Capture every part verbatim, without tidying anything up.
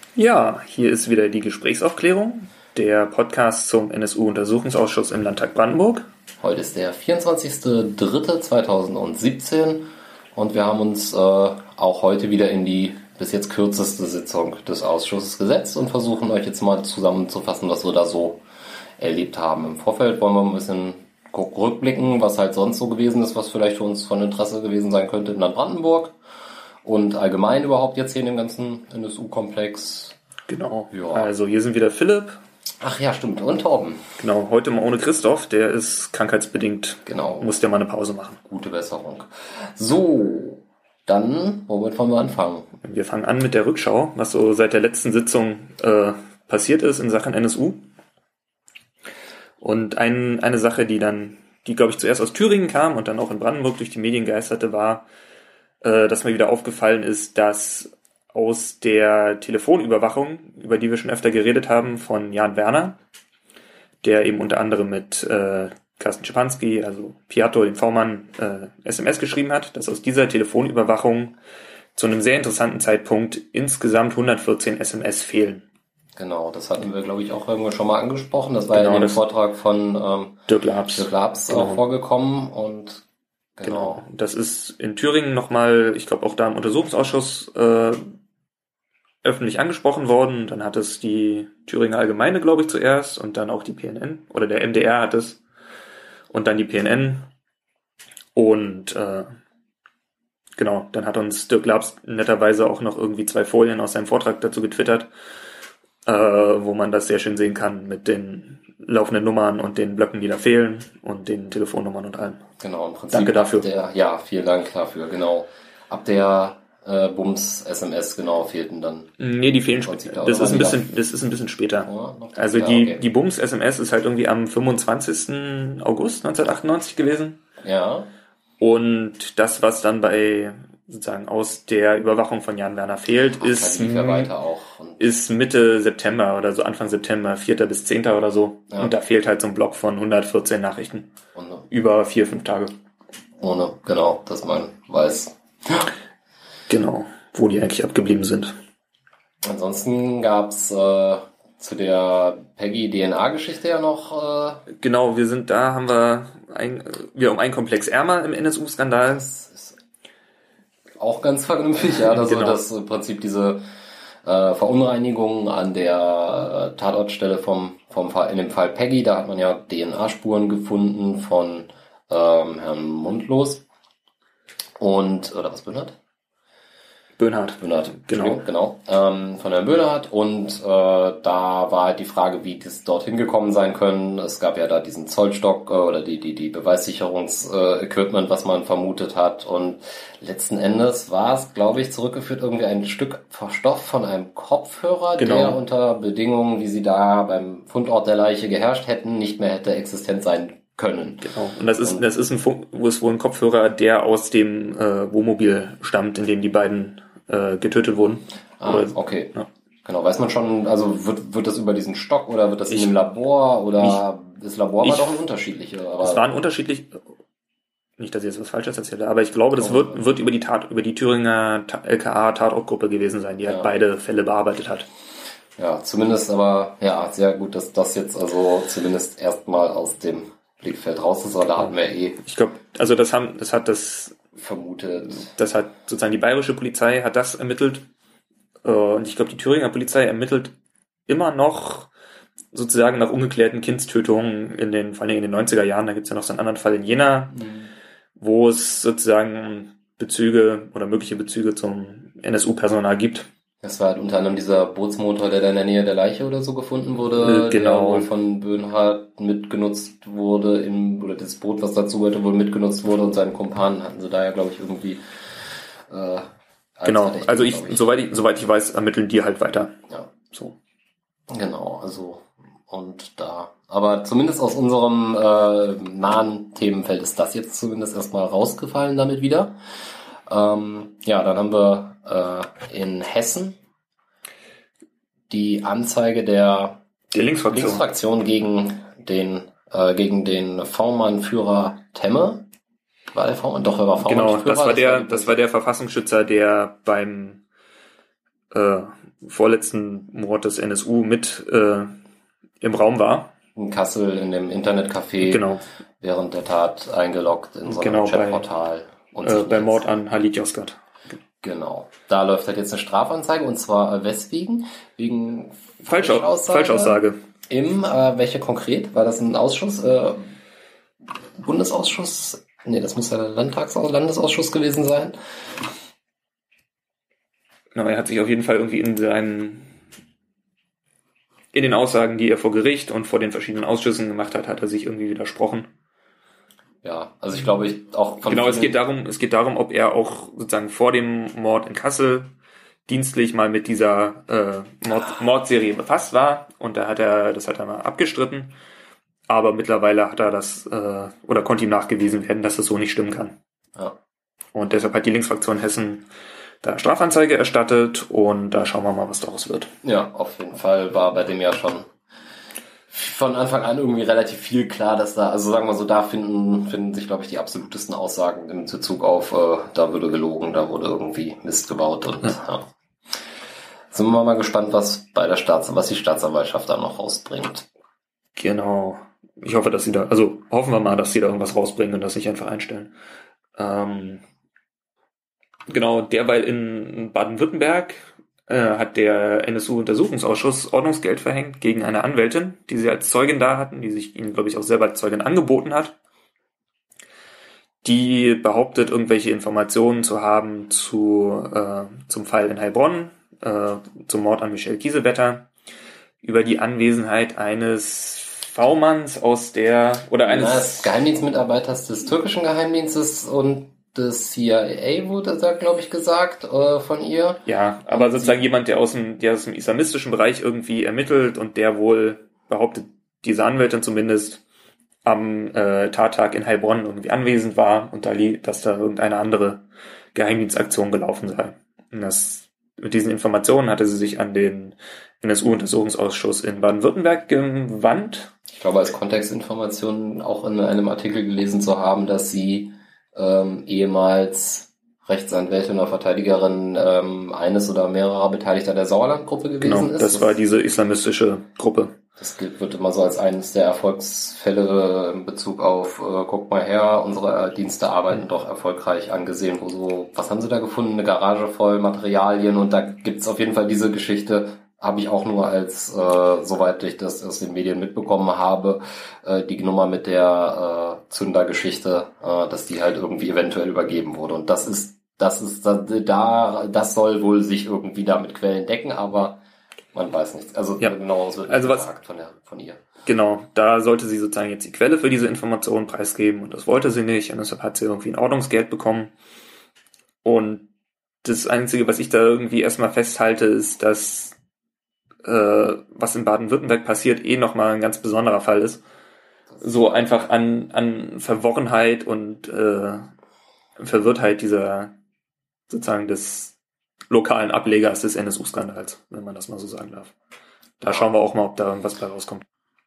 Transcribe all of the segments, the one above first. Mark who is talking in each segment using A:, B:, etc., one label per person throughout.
A: Ja, hier ist wieder die Gesprächsaufklärung, der Podcast zum N S U-Untersuchungsausschuss im Landtag Brandenburg.
B: Heute ist der vierundzwanzigster dritter zweitausendsiebzehn und wir haben uns äh, auch heute wieder in die bis jetzt kürzeste Sitzung des Ausschusses gesetzt und versuchen euch jetzt mal zusammenzufassen, was wir da so erlebt haben. Im Vorfeld wollen wir ein bisschen rückblicken, was halt sonst so gewesen ist, was vielleicht für uns von Interesse gewesen sein könnte in Land Brandenburg und allgemein überhaupt jetzt hier in dem ganzen N S U-Komplex.
A: Genau,
B: Ja.
A: Also hier sind wieder Philipp.
B: Ach ja, stimmt. Und Torben.
A: Genau, heute mal ohne Christoph, der ist krankheitsbedingt,
B: Genau.
A: muss der mal eine Pause machen.
B: Gute Besserung. So, dann, womit wollen wir anfangen?
A: Wir fangen an mit der Rückschau, was so seit der letzten Sitzung äh, passiert ist in Sachen N S U. Und ein, eine Sache, die dann, die glaube ich zuerst aus Thüringen kam und dann auch in Brandenburg durch die Medien geisterte, war, äh, dass mir wieder aufgefallen ist, dass aus der Telefonüberwachung, über die wir schon öfter geredet haben, von Jan Werner, der eben unter anderem mit äh, Carsten Schipanski, also Piatto, dem V-Mann, äh, S M S geschrieben hat, dass aus dieser Telefonüberwachung zu einem sehr interessanten Zeitpunkt insgesamt hundertvierzehn S M S fehlen.
B: Genau, das hatten wir, glaube ich, auch irgendwann schon mal angesprochen. Das war
A: Genau,
B: ja in dem
A: das
B: Vortrag von ähm,
A: Dirk Labs.
B: Dirk Labs
A: Genau.
B: auch vorgekommen. Und genau.
A: Genau. Das ist in Thüringen nochmal, ich glaube auch da im Untersuchungsausschuss äh, öffentlich angesprochen worden. Dann hat es die Thüringer Allgemeine, glaube ich, zuerst und dann auch die P N N oder der M D R hat es und dann die P N N. Und äh, genau, dann hat uns Dirk Labs netterweise auch noch irgendwie zwei Folien aus seinem Vortrag dazu getwittert, äh, wo man das sehr schön sehen kann mit den laufenden Nummern und den Blöcken, die da fehlen und den Telefonnummern und allem.
B: Genau, im Prinzip.
A: Danke dafür.
B: Ab der, ja, vielen Dank dafür, genau. Ab der äh, Bums-S M S, genau, fehlten dann.
A: Nee, die fehlen
B: Prinzip,
A: später.
B: oder
A: Das ist
B: waren
A: ein
B: die
A: bisschen, das ist ein bisschen später.
B: Ja, noch
A: Also
B: ja,
A: die,
B: okay.
A: die Bums-S M S ist halt irgendwie am fünfundzwanzigsten August neunzehnhundertachtundneunzig gewesen.
B: Ja,
A: Und das, was dann bei sozusagen aus der Überwachung von Jan Werner fehlt,
B: Ach,
A: ist,
B: lief ja weiter auch. Und
A: ist Mitte September oder so, Anfang September, vierter bis zehnter oder so.
B: Ja.
A: Und da fehlt halt so ein Block von hundertvierzehn Nachrichten.
B: ohne,
A: Über vier, fünf Tage.
B: ohne, genau, dass man weiß.
A: Genau. Wo die eigentlich abgeblieben sind.
B: Ansonsten gab's äh, zu der Peggy-D N A-Geschichte ja noch äh,
A: Genau, wir sind da, haben wir ein, wir um einen Komplex ärmer im N S U-Skandal.
B: Das ist auch ganz vernünftig, ja, dass
A: Genau.
B: das im Prinzip diese äh, Verunreinigung an der äh, Tatortstelle vom, vom Fall, in dem Fall Peggy, da hat man ja D N A-Spuren gefunden von ähm, Herrn Mundlos und, oder was, Böhnhardt?
A: Böhnhardt.
B: Böhnhardt,
A: Genau.
B: Entschuldigung, genau, ähm, von Herrn Böhnhardt und äh, da war halt die Frage, wie das dorthin gekommen sein können. Es gab ja da diesen Zollstock äh, oder die die die Beweissicherungsequipment, äh, was man vermutet hat und letzten Endes war es, glaube ich, zurückgeführt irgendwie ein Stück Stoff von einem Kopfhörer,
A: Genau.
B: der unter Bedingungen, wie sie da beim Fundort der Leiche geherrscht hätten, nicht mehr hätte existent sein können.
A: Genau. Und das ist, das ist ein Funk, wo ist wohl ein Kopfhörer, der aus dem äh, Wohnmobil stammt, in dem die beiden äh, getötet wurden.
B: Ah,
A: Oder-
B: okay.
A: Ja.
B: Genau, weiß man schon, also wird wird das über diesen Stock oder wird das
A: Ich-
B: in dem Labor oder das Labor war
A: ich-
B: doch ein unterschiedliche. Aber
A: Es waren unterschiedlich, nicht, dass ich jetzt was Falsches erzähle, aber ich glaube, das
B: Oh.
A: wird, wird über die Tat, über die Thüringer Ta- L K A-Tatortgruppe gewesen sein, die
B: Ja.
A: halt beide Fälle bearbeitet hat.
B: ja, zumindest aber, ja, sehr gut, dass das jetzt also zumindest erstmal aus dem Blickfeld raus ist, weil da hatten wir eh
A: Ich glaube, also das haben, das hat das,
B: vermutet.
A: das hat sozusagen die bayerische Polizei hat das ermittelt, äh, und ich glaube, die Thüringer Polizei ermittelt immer noch sozusagen nach ungeklärten Kindstötungen in den, vor allem in den neunziger Jahren, da gibt's ja noch so einen anderen Fall in Jena, wo es sozusagen Bezüge oder mögliche Bezüge zum N S U-Personal gibt.
B: Das war halt unter anderem dieser Bootsmotor, der da in der Nähe der Leiche oder so gefunden wurde,
A: Äh, genau.
B: der wohl von Böhnhardt mitgenutzt wurde, im, oder das Boot, was dazu gehörte, wohl mitgenutzt wurde und seinen Kumpanen hatten sie da ja, glaube ich, irgendwie äh, als
A: Genau,
B: Verdächtige,
A: also ich,
B: glaub
A: soweit ich, soweit ich weiß, ermitteln die halt weiter.
B: Ja,
A: So.
B: genau, also und da, aber zumindest aus unserem äh, nahen Themenfeld ist das jetzt zumindest erstmal rausgefallen damit wieder. Ähm, ja, dann haben wir äh, in Hessen die Anzeige der
A: Die Linksfraktion.
B: Linksfraktion gegen den äh, gegen den V-Mann-Führer Temme. War der V-Mann? Doch, er war V-Mann-Führer.
A: Genau, das war der,
B: die-
A: das war der Verfassungsschützer, der beim äh, vorletzten Mord des N S U mit äh, im Raum war.
B: In Kassel in dem Internetcafé
A: Genau.
B: während der Tat eingeloggt in so einem
A: Genau,
B: Chatportal.
A: Bei, äh, bei Mord an Halit Yozgat.
B: Genau. Da läuft halt jetzt eine Strafanzeige und zwar äh, weswegen? Wegen
A: Falschaussage. Falschaussage.
B: Im, äh, welche konkret? War das ein Ausschuss? Äh, Bundesausschuss? Nee, das muss ja der Landtags- Landesausschuss gewesen sein.
A: Genau, er hat sich auf jeden Fall irgendwie in seinen in den Aussagen, die er vor Gericht und vor den verschiedenen Ausschüssen gemacht hat, hat er sich irgendwie widersprochen.
B: Ja, also ich glaube, ich auch von
A: Genau, es geht darum, es geht darum, ob er auch sozusagen vor dem Mord in Kassel dienstlich mal mit dieser äh, Mord, Mordserie befasst war, und da hat er, das hat er mal abgestritten, aber mittlerweile hat er das äh, oder konnte ihm nachgewiesen werden, dass das so nicht stimmen kann.
B: Ja.
A: Und deshalb hat die Linksfraktion Hessen da Strafanzeige erstattet, und da schauen wir mal, was daraus wird.
B: Ja, auf jeden Fall war bei dem ja schon von Anfang an irgendwie relativ viel klar, dass da, also sagen wir so, da finden finden sich, glaube ich, die absolutesten Aussagen im Bezug auf, äh, da wurde gelogen, da wurde irgendwie Mist gebaut und ja. ja. Sind wir mal gespannt, was bei der Staats, was die Staatsanwaltschaft da noch rausbringt.
A: Genau. Ich hoffe, dass sie da, also hoffen wir mal, dass sie da irgendwas rausbringen und das nicht einfach einstellen. Ähm, genau, derweil in Baden-Württemberg äh, hat der N S U-Untersuchungsausschuss Ordnungsgeld verhängt gegen eine Anwältin, die sie als Zeugin da hatten, die sich ihnen, glaube ich, auch selber als Zeugin angeboten hat. Die behauptet, irgendwelche Informationen zu haben zu äh, zum Fall in Heilbronn, äh, zum Mord an Michelle Kiesewetter, über die Anwesenheit eines V-Manns aus der, oder eines...
B: Na, des Geheimdienstmitarbeiters des türkischen Geheimdienstes und des C I A wurde da, glaube ich, gesagt, äh, von ihr.
A: Ja, aber und sozusagen jemand, der aus dem, der aus dem islamistischen Bereich irgendwie ermittelt und der wohl, behauptet diese Anwältin zumindest, am äh, Tattag in Heilbronn irgendwie anwesend war und da liegt, dass da irgendeine andere Geheimdienstaktion gelaufen sei. Und das, mit diesen Informationen hatte sie sich an den N S U-Untersuchungsausschuss in Baden-Württemberg gewandt.
B: Ich glaube, als Kontextinformation auch in einem Artikel gelesen zu haben, dass sie ähm, ehemals Rechtsanwältin oder Verteidigerin ähm, eines oder mehrerer Beteiligter der Sauerland-Gruppe gewesen
A: genau,
B: ist.
A: Das, das war diese islamistische Gruppe.
B: Das gilt, wird immer so als eines der Erfolgsfälle in Bezug auf, äh, guck mal her, unsere Dienste arbeiten doch erfolgreich angesehen, wo so, was haben sie da gefunden? Eine Garage voll Materialien, und da gibt's auf jeden Fall diese Geschichte, habe ich auch nur als, äh, soweit ich das aus den Medien mitbekommen habe, äh, die Nummer mit der äh, Zündergeschichte, äh, dass die halt irgendwie eventuell übergeben wurde. Und das ist, das ist da, das soll wohl sich irgendwie da mit Quellen decken, aber man weiß nichts. Also
A: ja.
B: genau, es wird
A: also
B: nicht
A: was,
B: gesagt von, der, von ihr.
A: Genau, da sollte sie sozusagen jetzt die Quelle für diese Informationen preisgeben, und das wollte sie nicht, und deshalb hat sie irgendwie ein Ordnungsgeld bekommen. Und das Einzige, was ich da irgendwie erstmal festhalte, ist, dass äh, was in Baden-Württemberg passiert, eh nochmal ein ganz besonderer Fall ist. So einfach an, an Verworrenheit und äh, Verwirrtheit dieser sozusagen des lokalen Ablegers des N S U-Skandals, wenn man das mal so sagen darf. Da schauen wir auch mal, ob da irgendwas bei rauskommt.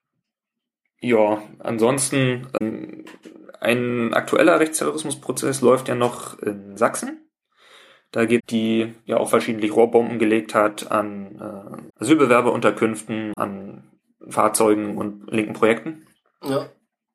A: Ja, ansonsten ähm, ein aktueller Rechtsterrorismusprozess läuft ja noch in Sachsen. Da geht die ja auch verschiedentlich Rohrbomben gelegt hat an äh, Asylbewerberunterkünften, an Fahrzeugen und linken Projekten.
B: Ja.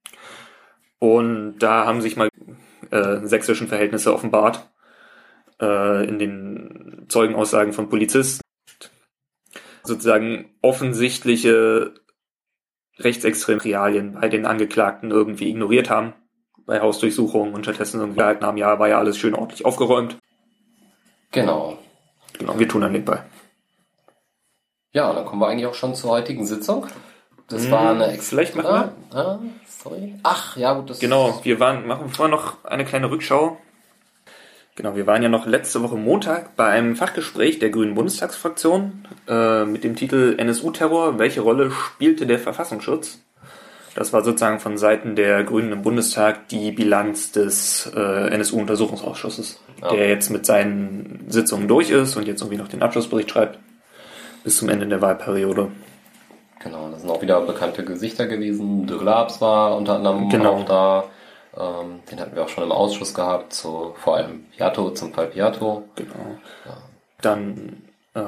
A: Und da haben sich mal äh, sächsischen Verhältnisse offenbart äh, in den Zeugenaussagen von Polizisten. Sozusagen offensichtliche rechtsextreme Realien bei den Angeklagten irgendwie ignoriert haben bei Hausdurchsuchungen und stattdessen irgendwie gehalten haben, ja, war ja alles schön ordentlich aufgeräumt.
B: Genau.
A: Genau, wir tun dann nebenbei.
B: Ja, dann kommen wir eigentlich auch schon zur heutigen Sitzung. Das hm, war eine extra...
A: Vielleicht machen wir...
B: Ah, sorry. Ach, ja gut, das...
A: Genau, wir waren, machen vorher noch eine kleine Rückschau. Genau, wir waren ja noch letzte Woche Montag bei einem Fachgespräch der Grünen Bundestagsfraktion äh, mit dem Titel N S U-Terror, welche Rolle spielte der Verfassungsschutz? Das war sozusagen von Seiten der Grünen im Bundestag die Bilanz des äh, N S U-Untersuchungsausschusses, ja. Der jetzt mit seinen Sitzungen durch ist und jetzt irgendwie noch den Abschlussbericht schreibt bis zum Ende der Wahlperiode.
B: Genau, das sind auch wieder bekannte Gesichter gewesen. De Glabs war unter anderem
A: genau.
B: auch da. Ähm, den hatten wir auch schon im Ausschuss gehabt, so vor allem Piatto, zum Fall Piatto.
A: Genau. Ja. Dann äh,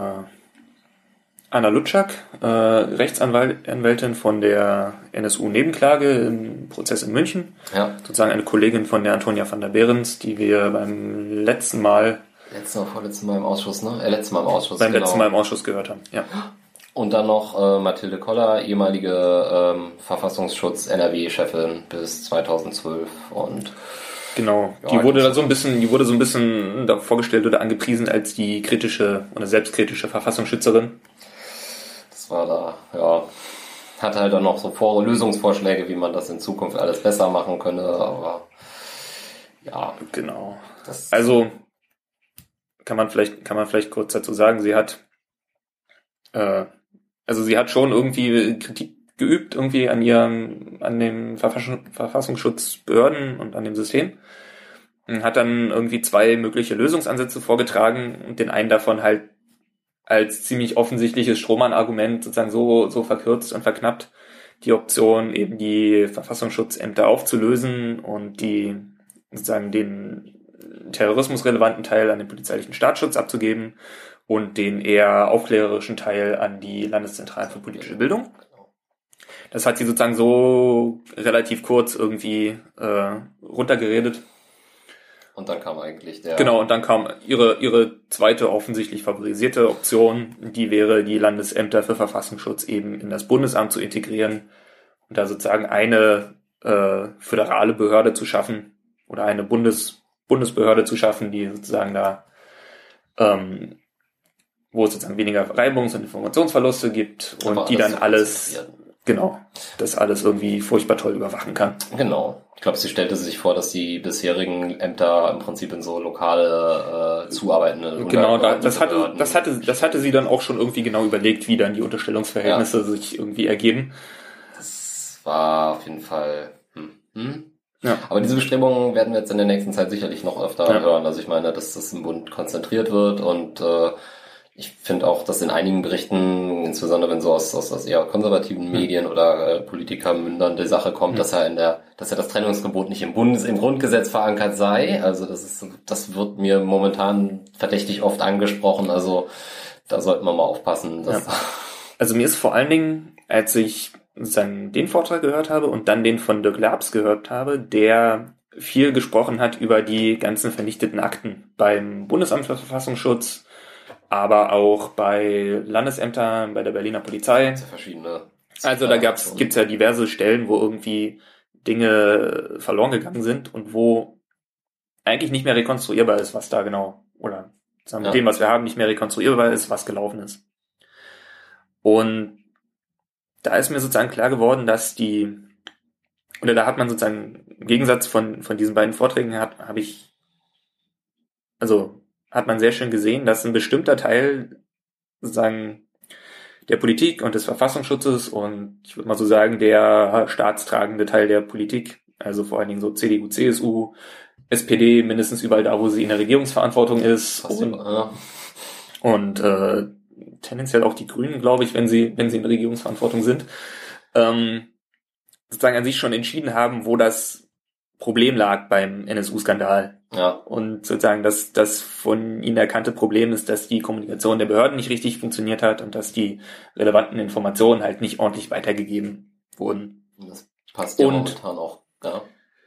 A: Anna Lutschak, äh, Rechtsanwältin von der N S U-Nebenklage im Prozess in München.
B: Ja.
A: Sozusagen eine Kollegin von der Antonia van der Behrens, die wir beim letzten Mal...
B: Letztes Mal, vorletzten Mal im Ausschuss, ne? Äh, letztes Mal im Ausschuss,
A: Beim
B: genau.
A: letzten Mal im Ausschuss gehört haben, ja.
B: Und dann noch äh, Mathilde Koller, ehemalige ähm, Verfassungsschutz-N R W-Chefin bis zweitausendzwölf und...
A: Genau, die ja, wurde da so ein bisschen, die wurde so ein bisschen da vorgestellt oder angepriesen als die kritische oder selbstkritische Verfassungsschützerin.
B: Das war da, ja, hatte halt dann noch so Vor- Lösungsvorschläge, wie man das in Zukunft alles besser machen könne, aber ja.
A: Genau. Das also kann man vielleicht, kann man vielleicht kurz dazu sagen, sie hat, äh, also sie hat schon irgendwie Kritik geübt, irgendwie an ihrem, an den Verfassungsschutzbehörden und an dem System. Und hat dann irgendwie zwei mögliche Lösungsansätze vorgetragen und den einen davon halt als ziemlich offensichtliches Strohmann-Argument sozusagen so, so verkürzt und verknappt. Die Option, eben die Verfassungsschutzämter aufzulösen und die, sozusagen den terrorismusrelevanten Teil an den polizeilichen Staatsschutz abzugeben und den eher aufklärerischen Teil an die Landeszentralen für politische Bildung. Das hat sie sozusagen so relativ kurz irgendwie äh, runtergeredet.
B: Und dann kam eigentlich der...
A: Genau, und dann kam ihre ihre zweite offensichtlich favorisierte Option, die wäre, die Landesämter für Verfassungsschutz eben in das Bundesamt zu integrieren und da sozusagen eine äh, föderale Behörde zu schaffen oder eine Bundes Bundesbehörde zu schaffen, die sozusagen da, ähm, wo es sozusagen weniger Reibungs- und Informationsverluste gibt und Aber die dann alles... Genau, das alles irgendwie furchtbar toll überwachen kann.
B: Genau. Ich glaube, sie stellte sich vor, dass die bisherigen Ämter im Prinzip in so lokale, äh, zuarbeitende...
A: Genau, da, das hatte, das hatte, das hatte sie dann auch schon irgendwie genau überlegt, wie dann die Unterstellungsverhältnisse ja. sich irgendwie ergeben.
B: Das war auf jeden Fall... Hm. Hm?
A: Ja.
B: Aber diese Bestrebungen werden wir jetzt in der nächsten Zeit sicherlich noch öfter
A: ja.
B: hören. Also ich meine, dass das im Bund konzentriert wird und äh, ich finde auch, dass in einigen Berichten, insbesondere wenn so aus, aus, aus eher konservativen Medien mhm. oder äh, Politikermündern die Sache kommt, mhm. dass er in der, dass er das Trennungsgebot nicht im Bundes, im Grundgesetz verankert sei. Also das ist, das wird mir momentan verdächtig oft angesprochen. Also da sollten wir mal aufpassen. Dass
A: ja. Also mir ist vor allen Dingen, als ich sozusagen den Vortrag gehört habe und dann den von Dirk Labs gehört habe, der viel gesprochen hat über die ganzen vernichteten Akten beim Bundesamt für Verfassungsschutz, aber auch bei Landesämtern, bei der Berliner Polizei.
B: Verschiedene.
A: Also da gab's, gibt's ja diverse Stellen, wo irgendwie Dinge verloren gegangen sind und wo eigentlich nicht mehr rekonstruierbar ist, was da genau, oder sagen wir
B: ja.
A: dem, was wir haben, nicht mehr rekonstruierbar ist, was gelaufen ist. Und da ist mir sozusagen klar geworden, dass die, oder da hat man sozusagen, im Gegensatz von, von diesen beiden Vorträgen hat, habe ich, also, hat man sehr schön gesehen, dass ein bestimmter Teil sozusagen der Politik und des Verfassungsschutzes und ich würde mal so sagen, der staatstragende Teil der Politik, also vor allen Dingen so C D U, C S U, S P D, mindestens überall da, wo sie in der Regierungsverantwortung ist und,
B: ja.
A: und äh, tendenziell auch die Grünen, glaube ich, wenn sie wenn sie in der Regierungsverantwortung sind, ähm, sozusagen an sich schon entschieden haben, wo das Problem lag beim N S U-Skandal.
B: Ja.
A: Und sozusagen das, das von ihnen erkannte Problem ist, dass die Kommunikation der Behörden nicht richtig funktioniert hat und dass die relevanten Informationen halt nicht ordentlich weitergegeben wurden.
B: Das passt ja
A: und,
B: momentan auch, ja.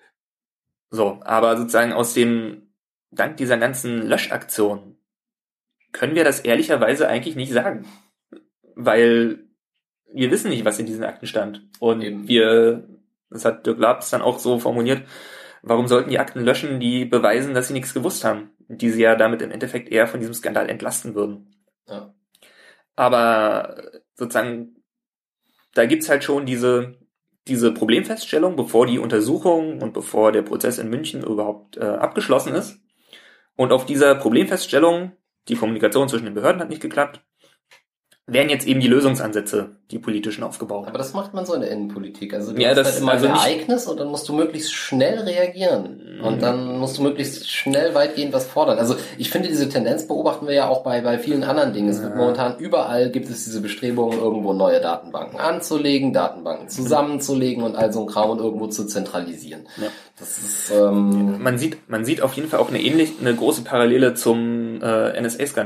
A: So, aber sozusagen aus dem, dank dieser ganzen Löschaktion können wir das ehrlicherweise eigentlich nicht sagen. Weil wir wissen nicht, was in diesen Akten stand. Und
B: Eben.
A: wir, das hat Dirk Labs dann auch so formuliert, warum sollten die Akten löschen, die beweisen, dass sie nichts gewusst haben, die sie ja damit im Endeffekt eher von diesem Skandal entlasten würden.
B: Ja.
A: Aber sozusagen, da gibt's halt schon diese diese Problemfeststellung, bevor die Untersuchung und bevor der Prozess in München überhaupt äh, abgeschlossen ist. Und auf dieser Problemfeststellung, die Kommunikation zwischen den Behörden hat nicht geklappt, werden jetzt eben die Lösungsansätze, die politischen, aufgebaut.
B: Aber das macht man so in der Innenpolitik. Also du
A: ja,
B: hast
A: das
B: halt immer
A: also
B: ein
A: nicht,
B: Ereignis und dann musst du möglichst schnell reagieren. Und dann musst du möglichst schnell weitgehend was fordern. Also ich finde, diese Tendenz beobachten wir ja auch bei bei vielen anderen Dingen. Es wird
A: ja.
B: momentan überall gibt es diese Bestrebungen, irgendwo neue Datenbanken anzulegen, Datenbanken zusammenzulegen und all so ein Kram und irgendwo zu zentralisieren.
A: Ja.
B: Das ist ähm,
A: man sieht man sieht auf jeden Fall auch eine ähnlich eine große Parallele zum äh, N S A-Skandal.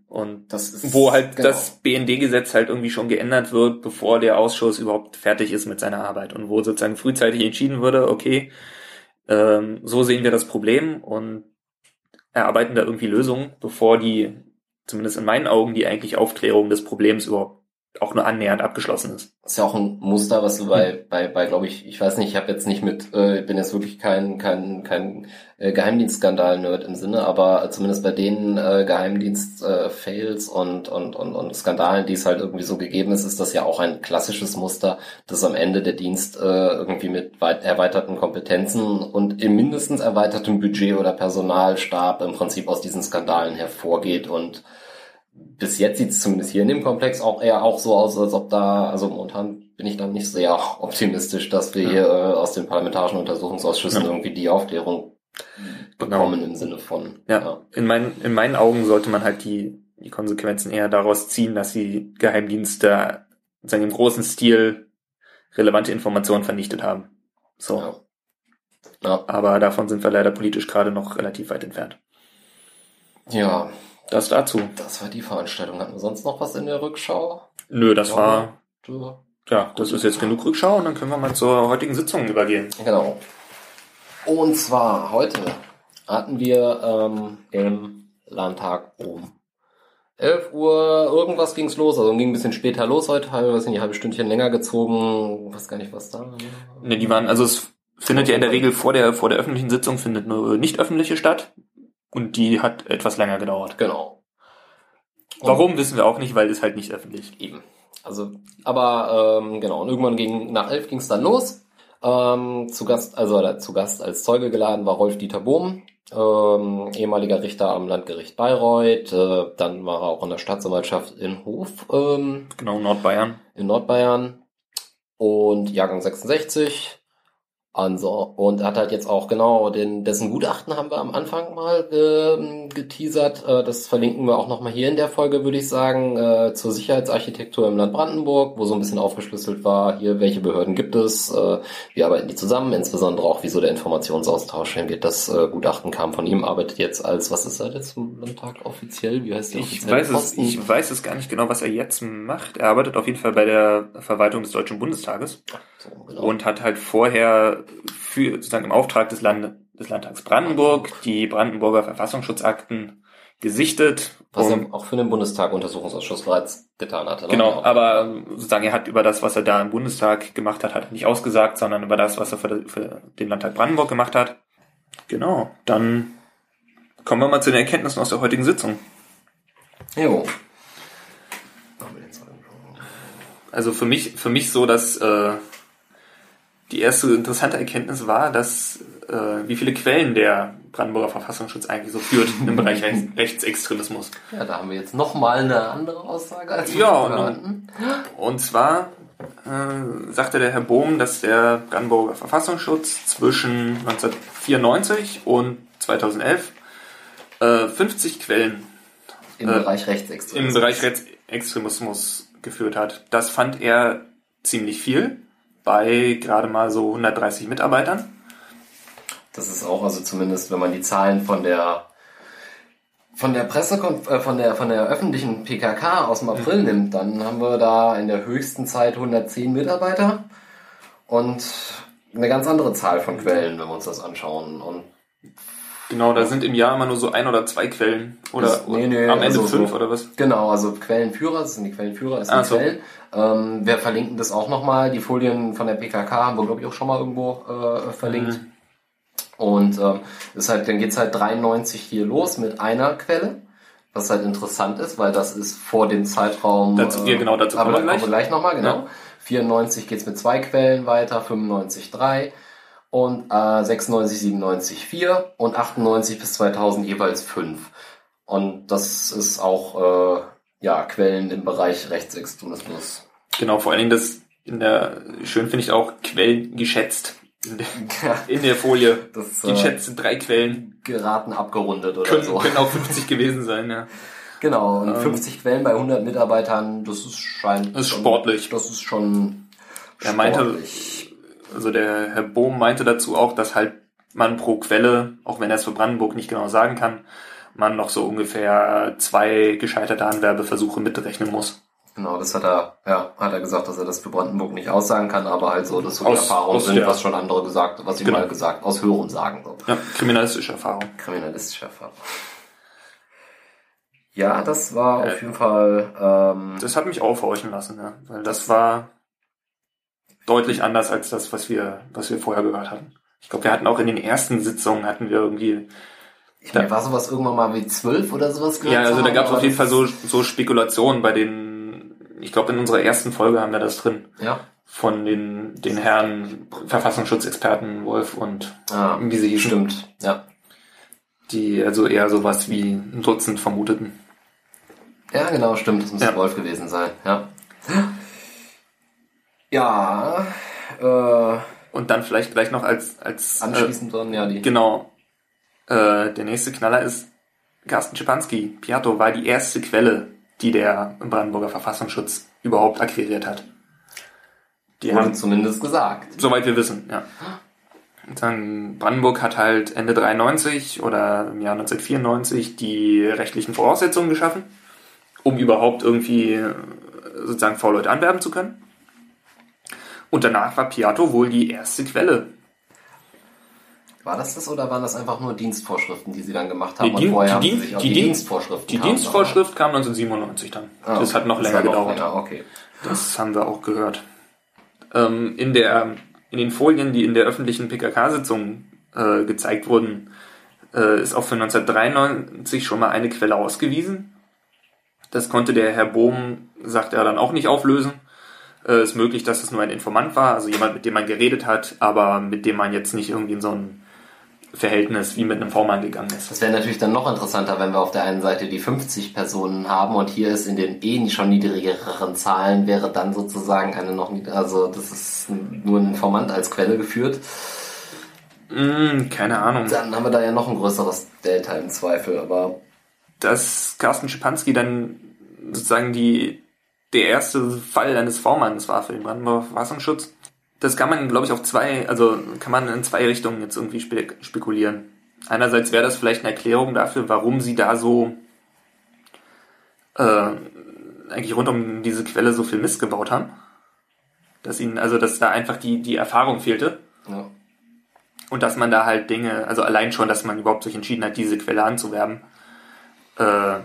A: Und
B: das ist,
A: wo halt
B: genau.
A: das B N D-Gesetz halt irgendwie schon geändert wird, bevor der Ausschuss überhaupt fertig ist mit seiner Arbeit. Und wo sozusagen frühzeitig entschieden wurde, okay, ähm, so sehen wir das Problem und erarbeiten da irgendwie Lösungen, bevor die, zumindest in meinen Augen, die eigentliche Aufklärung des Problems überhaupt auch nur annähernd abgeschlossen ist.
B: Das ist ja auch ein Muster, was du bei, bei, bei, glaube ich, ich weiß nicht, ich habe jetzt nicht mit, äh, ich bin jetzt wirklich kein, kein, kein äh, Geheimdienstskandal-Nerd im Sinne, aber zumindest bei den äh, Geheimdienst-Fails äh, und, und, und, und Skandalen, die es halt irgendwie so gegeben ist, ist das ja auch ein klassisches Muster, dass am Ende der Dienst äh, irgendwie mit weit erweiterten Kompetenzen und im mindestens erweitertem Budget oder Personalstab im Prinzip aus diesen Skandalen hervorgeht. Und bis jetzt sieht es zumindest hier in dem Komplex auch eher auch so aus, als ob da, also momentan bin ich da nicht sehr optimistisch, dass wir ja. hier äh, aus den parlamentarischen Untersuchungsausschüssen ja. irgendwie die Aufklärung bekommen genau. im Sinne von.
A: Ja, ja. In, meinen, in meinen Augen sollte man halt die, die Konsequenzen eher daraus ziehen, dass die Geheimdienste sozusagen im großen Stil relevante Informationen vernichtet haben. So.
B: Ja. Ja.
A: Aber davon sind wir leider politisch gerade noch relativ weit entfernt.
B: Ja.
A: Das dazu.
B: Das war die Veranstaltung. Hatten wir sonst noch was in der Rückschau?
A: Nö, das ja, war...
B: Du.
A: Ja, das ist jetzt genug Rückschau und dann können wir mal zur heutigen Sitzung übergehen.
B: Genau. Und zwar heute hatten wir ähm, im Landtag um elf Uhr irgendwas ging's los. Also ging ein bisschen später los heute, teilweise ein halbes Stündchen länger gezogen. Ich weiß gar nicht, was da war.
A: Ne, die waren, also es findet ja in der Regel vor der vor der öffentlichen Sitzung findet eine nicht öffentliche statt. Und die hat etwas länger gedauert.
B: Genau. Und
A: warum, wissen wir auch nicht, weil es halt nicht öffentlich.
B: Eben. Also, aber ähm, genau. Und irgendwann ging nach elf ging es dann los. Ähm, zu Gast, also äh, zu Gast als Zeuge geladen war Rolf-Dieter Bohm, ähm, ehemaliger Richter am Landgericht Bayreuth. Äh, dann war er auch in der Staatsanwaltschaft in Hof. Ähm,
A: genau, Nordbayern.
B: In Nordbayern. Und Jahrgang sechsundsechzig. Also, und er hat halt jetzt auch genau den, dessen Gutachten haben wir am Anfang mal äh, geteasert. Äh, das verlinken wir auch nochmal hier in der Folge, würde ich sagen, äh, zur Sicherheitsarchitektur im Land Brandenburg, wo so ein bisschen aufgeschlüsselt war, hier, welche Behörden gibt es, äh, wie arbeiten die zusammen, insbesondere auch, wieso der Informationsaustausch hingeht. Das äh, Gutachten kam von ihm, arbeitet jetzt als, was ist er jetzt im Landtag offiziell? Wie heißt der
A: ich weiß es, Ich weiß es gar nicht genau, was er jetzt macht. Er arbeitet auf jeden Fall bei der Verwaltung des Deutschen Bundestages. So, genau. Und hat halt vorher für sozusagen im Auftrag des, Land, des Landtags Brandenburg die Brandenburger Verfassungsschutzakten gesichtet.
B: Was er auch für den Bundestag Untersuchungsausschuss bereits getan hatte. Ne?
A: Genau, aber sozusagen er hat über das, was er da im Bundestag gemacht hat, hat er nicht ausgesagt, sondern über das, was er für, für den Landtag Brandenburg gemacht hat. Genau, dann kommen wir mal zu den Erkenntnissen aus der heutigen Sitzung.
B: Jo.
A: Also für mich, für mich so, dass äh, die erste interessante Erkenntnis war, dass äh, wie viele Quellen der Brandenburger Verfassungsschutz eigentlich so führt im Bereich Rechts, Rechtsextremismus.
B: Ja, da haben wir jetzt nochmal eine andere Aussage als wir
A: ja, und, und zwar äh, sagte der Herr Bohm, dass der Brandenburger Verfassungsschutz zwischen neunzehnhundertvierundneunzig und zweitausendelf äh, fünfzig Quellen
B: im äh, Bereich Rechtsextremismus.
A: im Bereich Rechtsextremismus geführt hat. Das fand er ziemlich viel. Bei gerade mal so hundertdreißig Mitarbeitern.
B: Das ist auch, also zumindest, wenn man die Zahlen von der von der Presse, äh, von der von der öffentlichen P K K aus dem April mhm. nimmt, dann haben wir da in der höchsten Zeit hundertzehn Mitarbeiter und eine ganz andere Zahl von Quellen, wenn wir uns das anschauen. Und
A: genau, da sind im Jahr immer nur so ein oder zwei Quellen. Oder ist, nee, nee, am Ende also fünf so, oder was?
B: Genau, also Quellenführer, das sind die Quellenführer, das sind
A: ah,
B: die
A: so.
B: Quellen. Ähm, wir verlinken das auch nochmal. Die Folien von der P K K haben wir, glaube ich, auch schon mal irgendwo äh, verlinkt. Mhm. Und ähm, ist halt, dann geht's halt dreiundneunzig hier los mit einer Quelle, was halt interessant ist, weil das ist vor dem Zeitraum...
A: Dazu, äh, ja, genau, dazu
B: kommen
A: wir
B: gleich. Aber gleich nochmal, genau. Ja. vierundneunzig geht's mit zwei Quellen weiter, fünfundneunzig drei und äh, sechsundneunzig, siebenundneunzig vier und achtundneunzig bis zweitausend jeweils fünf. Und das ist auch... Äh, ja, Quellen im Bereich Rechtsextremismus.
A: Genau, vor allen Dingen das in der, schön finde ich auch, Quellen geschätzt in der, ja, in der Folie. Das, die schätzen drei Quellen.
B: Geraten abgerundet oder
A: können,
B: so.
A: Können auch fünfzig gewesen sein, ja.
B: Genau, und ähm, fünfzig Quellen bei hundert Mitarbeitern, das ist scheint...
A: Das ist schon, sportlich.
B: Das ist schon
A: Er meinte, also der Herr Bohm meinte dazu auch, dass halt man pro Quelle, auch wenn er es für Brandenburg nicht genau sagen kann, man noch so ungefähr zwei gescheiterte Anwerbeversuche mitrechnen muss.
B: Genau, das hat er, ja, hat er gesagt, dass er das für Brandenburg nicht aussagen kann, aber halt so, dass so die
A: Aus-
B: Erfahrungen
A: aus
B: sind,
A: der-
B: was schon andere gesagt, was ich
A: Genau.
B: mal gesagt, aus Hören sagen. So.
A: Ja, kriminalistische Erfahrung.
B: Kriminalistische Erfahrung. Ja, das war
A: Äh,
B: auf jeden Fall, ähm,
A: Das hat mich aufhorchen lassen, ja, weil das war deutlich anders als das, was wir, was wir vorher gehört hatten. Ich glaube, wir hatten auch in den ersten Sitzungen hatten wir irgendwie,
B: ich meine, war sowas irgendwann mal wie zwölf oder sowas
A: ja, also
B: zu
A: da
B: haben,
A: gab es
B: aber
A: auf jeden Fall
B: das-
A: so, so Spekulationen bei den, ich glaube, in unserer ersten Folge haben wir das drin,
B: Ja.
A: von den, den Herren Verfassungsschutzexperten Wolf und
B: Ah,
A: wie sie hießen,
B: stimmt, ja.
A: die also eher sowas wie ein Dutzend vermuteten.
B: Ja, genau, stimmt, das muss
A: Ja.
B: Wolf gewesen sein, ja. Ja, äh,
A: Und dann vielleicht gleich noch als, als
B: anschließend dann, ja, die...
A: Äh, genau, äh, der nächste Knaller ist Carsten Schipanski. Piatto war die erste Quelle, die der Brandenburger Verfassungsschutz überhaupt akquiriert hat. Die
B: Wurde
A: haben,
B: zumindest gesagt.
A: soweit wir wissen, ja. Und dann Brandenburg hat halt Ende dreiundneunzig oder im Jahr neunzehnhundertvierundneunzig die rechtlichen Voraussetzungen geschaffen, um überhaupt irgendwie äh, sozusagen V-Leute anwerben zu können. Und danach war Piatto wohl die erste Quelle.
B: War das das oder waren das einfach nur Dienstvorschriften, die sie dann gemacht haben?
A: Die Dien-
B: und vorher
A: die
B: haben
A: Dien-
B: sie sich auf
A: die
B: die,
A: Dien-
B: Dienstvorschriften
A: Die
B: kamen,
A: Dienstvorschrift kam neunzehnhundertsiebenundneunzig dann.
B: aber-
A: Das hat noch
B: das
A: länger
B: war noch
A: gedauert.
B: länger, okay.
A: Das haben wir auch gehört. Ähm, in, der, in den Folien, die in der öffentlichen P K K-Sitzung äh, gezeigt wurden, äh, ist auch für neunzehnhundertdreiundneunzig schon mal eine Quelle ausgewiesen. Das konnte der Herr Bohm, sagt er, dann auch nicht auflösen. Äh, ist möglich, dass es nur ein Informant war, also jemand, mit dem man geredet hat, aber mit dem man jetzt nicht irgendwie in so ein Verhältnis wie mit einem V-Mann gegangen ist.
B: Das wäre natürlich dann noch interessanter, wenn wir auf der einen Seite die fünfzig Personen haben und hier ist in den eh schon niedrigeren Zahlen wäre dann sozusagen eine noch niedrig, also das ist nur ein Informant als Quelle geführt.
A: Mm, keine Ahnung.
B: Dann haben wir da ja noch ein größeres Delta im Zweifel, aber
A: Dass Carsten Schipanski dann sozusagen die, der erste Fall eines V-Manns war für den Brandenburger Verfassungsschutz. Das kann man, glaube ich, auf zwei, also kann man in zwei Richtungen jetzt irgendwie spe- spekulieren. Einerseits wäre das vielleicht eine Erklärung dafür, warum sie da so äh, eigentlich rund um diese Quelle so viel Mist gebaut haben. Dass ihnen, also dass da einfach die, die Erfahrung fehlte.
B: ja.
A: Und dass man da halt Dinge, also allein schon, dass man überhaupt sich entschieden hat, diese Quelle anzuwerben, äh,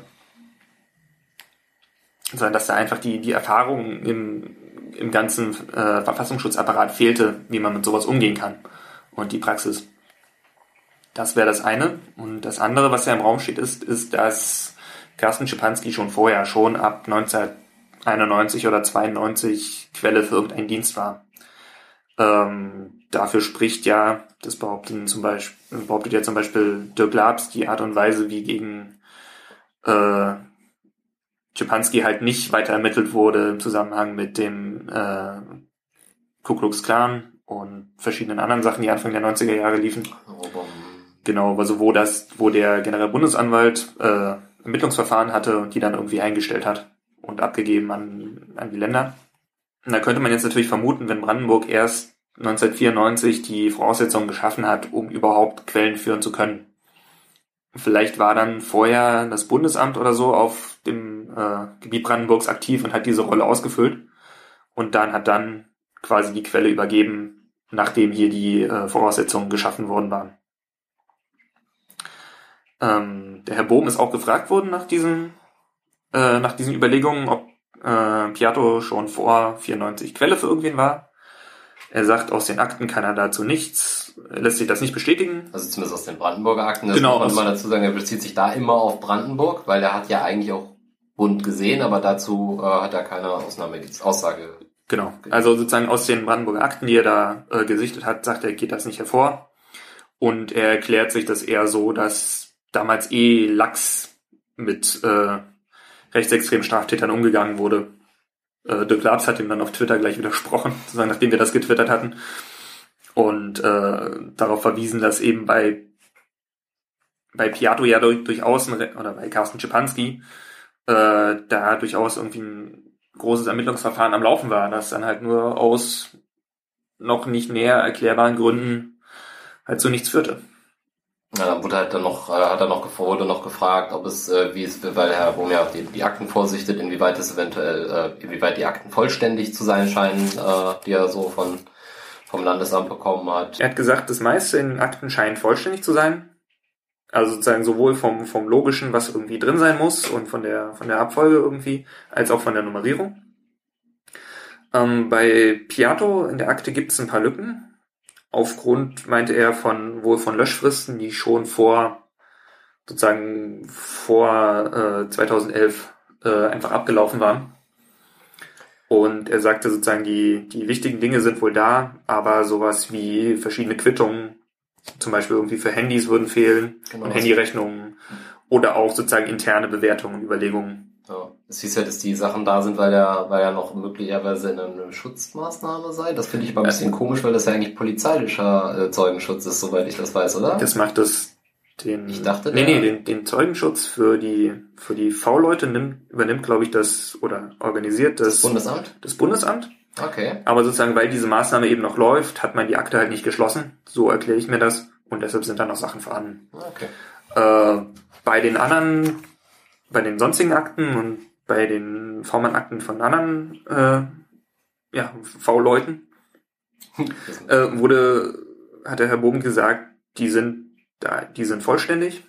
A: sondern dass da einfach die, die Erfahrung im, im ganzen äh, Verfassungsschutzapparat fehlte, wie man mit sowas umgehen kann und die Praxis. Das wäre das eine. Und das andere, was ja im Raum steht, ist, ist, dass Carsten Schipanski schon vorher, schon ab neunzehnhunderteinundneunzig oder zweiundneunzig Quelle für irgendeinen Dienst war. Ähm, dafür spricht ja, das behauptet zum Beispiel, behauptet ja zum Beispiel Dirk Labs, die Art und Weise, wie gegen äh, Schipanski halt nicht weiter ermittelt wurde im Zusammenhang mit dem äh, Ku Klux Klan und verschiedenen anderen Sachen, die Anfang der neunziger Jahre liefen.
B: Aber,
A: Genau, also wo das, wo der Generalbundesanwalt äh, Ermittlungsverfahren hatte und die dann irgendwie eingestellt hat und abgegeben an, an die Länder. Und da könnte man jetzt natürlich vermuten, wenn Brandenburg erst neunzehnhundertvierundneunzig die Voraussetzungen geschaffen hat, um überhaupt Quellen führen zu können. Vielleicht war dann vorher das Bundesamt oder so auf dem äh, Gebiet Brandenburgs aktiv und hat diese Rolle ausgefüllt. Und dann hat dann quasi die Quelle übergeben, nachdem hier die äh, Voraussetzungen geschaffen worden waren. Ähm, der Herr Bohm ist auch gefragt worden nach diesen, äh, nach diesen Überlegungen, ob äh, Piatto schon vor vierundneunzig Quelle für irgendwen war. Er sagt, aus den Akten kann er dazu nichts, lässt sich das nicht bestätigen.
B: also zumindest aus den Brandenburger Akten, das
A: Genau,
B: muss
A: aus-
B: man mal dazu sagen, er bezieht sich da immer auf Brandenburg, weil er hat ja eigentlich auch Bund gesehen, aber dazu äh, hat er keine Ausnahme, Aussage.
A: Genau. Also sozusagen aus den Brandenburger Akten, die er da äh, gesichtet hat, sagt er, geht das nicht hervor. Und er erklärt sich das eher so, dass damals eh lax mit äh, rechtsextremen Straftätern umgegangen wurde. Äh, Dirk Labs hat ihm dann auf Twitter gleich widersprochen, sozusagen nachdem wir das getwittert hatten. Und äh, darauf verwiesen, dass eben bei bei Piatto ja durch, durchaus, ein, Re- oder bei Carsten Schipanski, äh, da durchaus irgendwie ein großes Ermittlungsverfahren am Laufen war, das dann halt nur aus noch nicht näher erklärbaren Gründen halt zu nichts führte.
B: Ja, dann wurde halt dann noch, äh, hat er noch gef- wurde noch gefragt, ob es, äh, wie es, weil Herr Bohm ja die, die Akten vorsichtet, inwieweit es eventuell, äh, inwieweit die Akten vollständig zu sein scheinen, äh, die er so von vom Landesamt bekommen hat.
A: Er hat gesagt, das meiste in den Akten scheint vollständig zu sein. Also sozusagen sowohl vom, vom Logischen, was irgendwie drin sein muss und von der, von der Abfolge irgendwie, als auch von der Nummerierung. Ähm, bei Piatto in der Akte gibt es ein paar Lücken. Aufgrund, meinte er, von, wohl von Löschfristen, die schon vor, sozusagen vor äh, zweitausendelf äh, einfach abgelaufen waren. Und er sagte sozusagen, die, die wichtigen Dinge sind wohl da, aber sowas wie verschiedene Quittungen, zum Beispiel irgendwie für Handys würden fehlen, genau, und Handyrechnungen oder auch sozusagen interne Bewertungen, Überlegungen.
B: Ja. Es hieß ja, dass die Sachen da sind, weil er, weil er noch möglicherweise eine Schutzmaßnahme sei. Das finde ich aber ein bisschen äh, komisch, weil das ja eigentlich polizeilicher äh, Zeugenschutz ist, soweit ich das weiß, oder?
A: Das macht das den,
B: ich dachte,
A: nee, nee, den, den Zeugenschutz für die, für die V-Leute nimmt, übernimmt, glaube ich, das, oder organisiert das,
B: das Bundesamt?
A: Das Bundesamt.
B: Okay.
A: Aber sozusagen, weil diese Maßnahme eben noch läuft, hat man die Akte halt nicht geschlossen. So erkläre ich mir das. Und deshalb sind da noch Sachen vorhanden.
B: Okay.
A: Äh, bei den anderen, bei den sonstigen Akten und bei den V-Mann-Akten von anderen, äh, ja, V-Leuten, äh, wurde, hat der Herr Bohm gesagt, die sind da, die sind vollständig.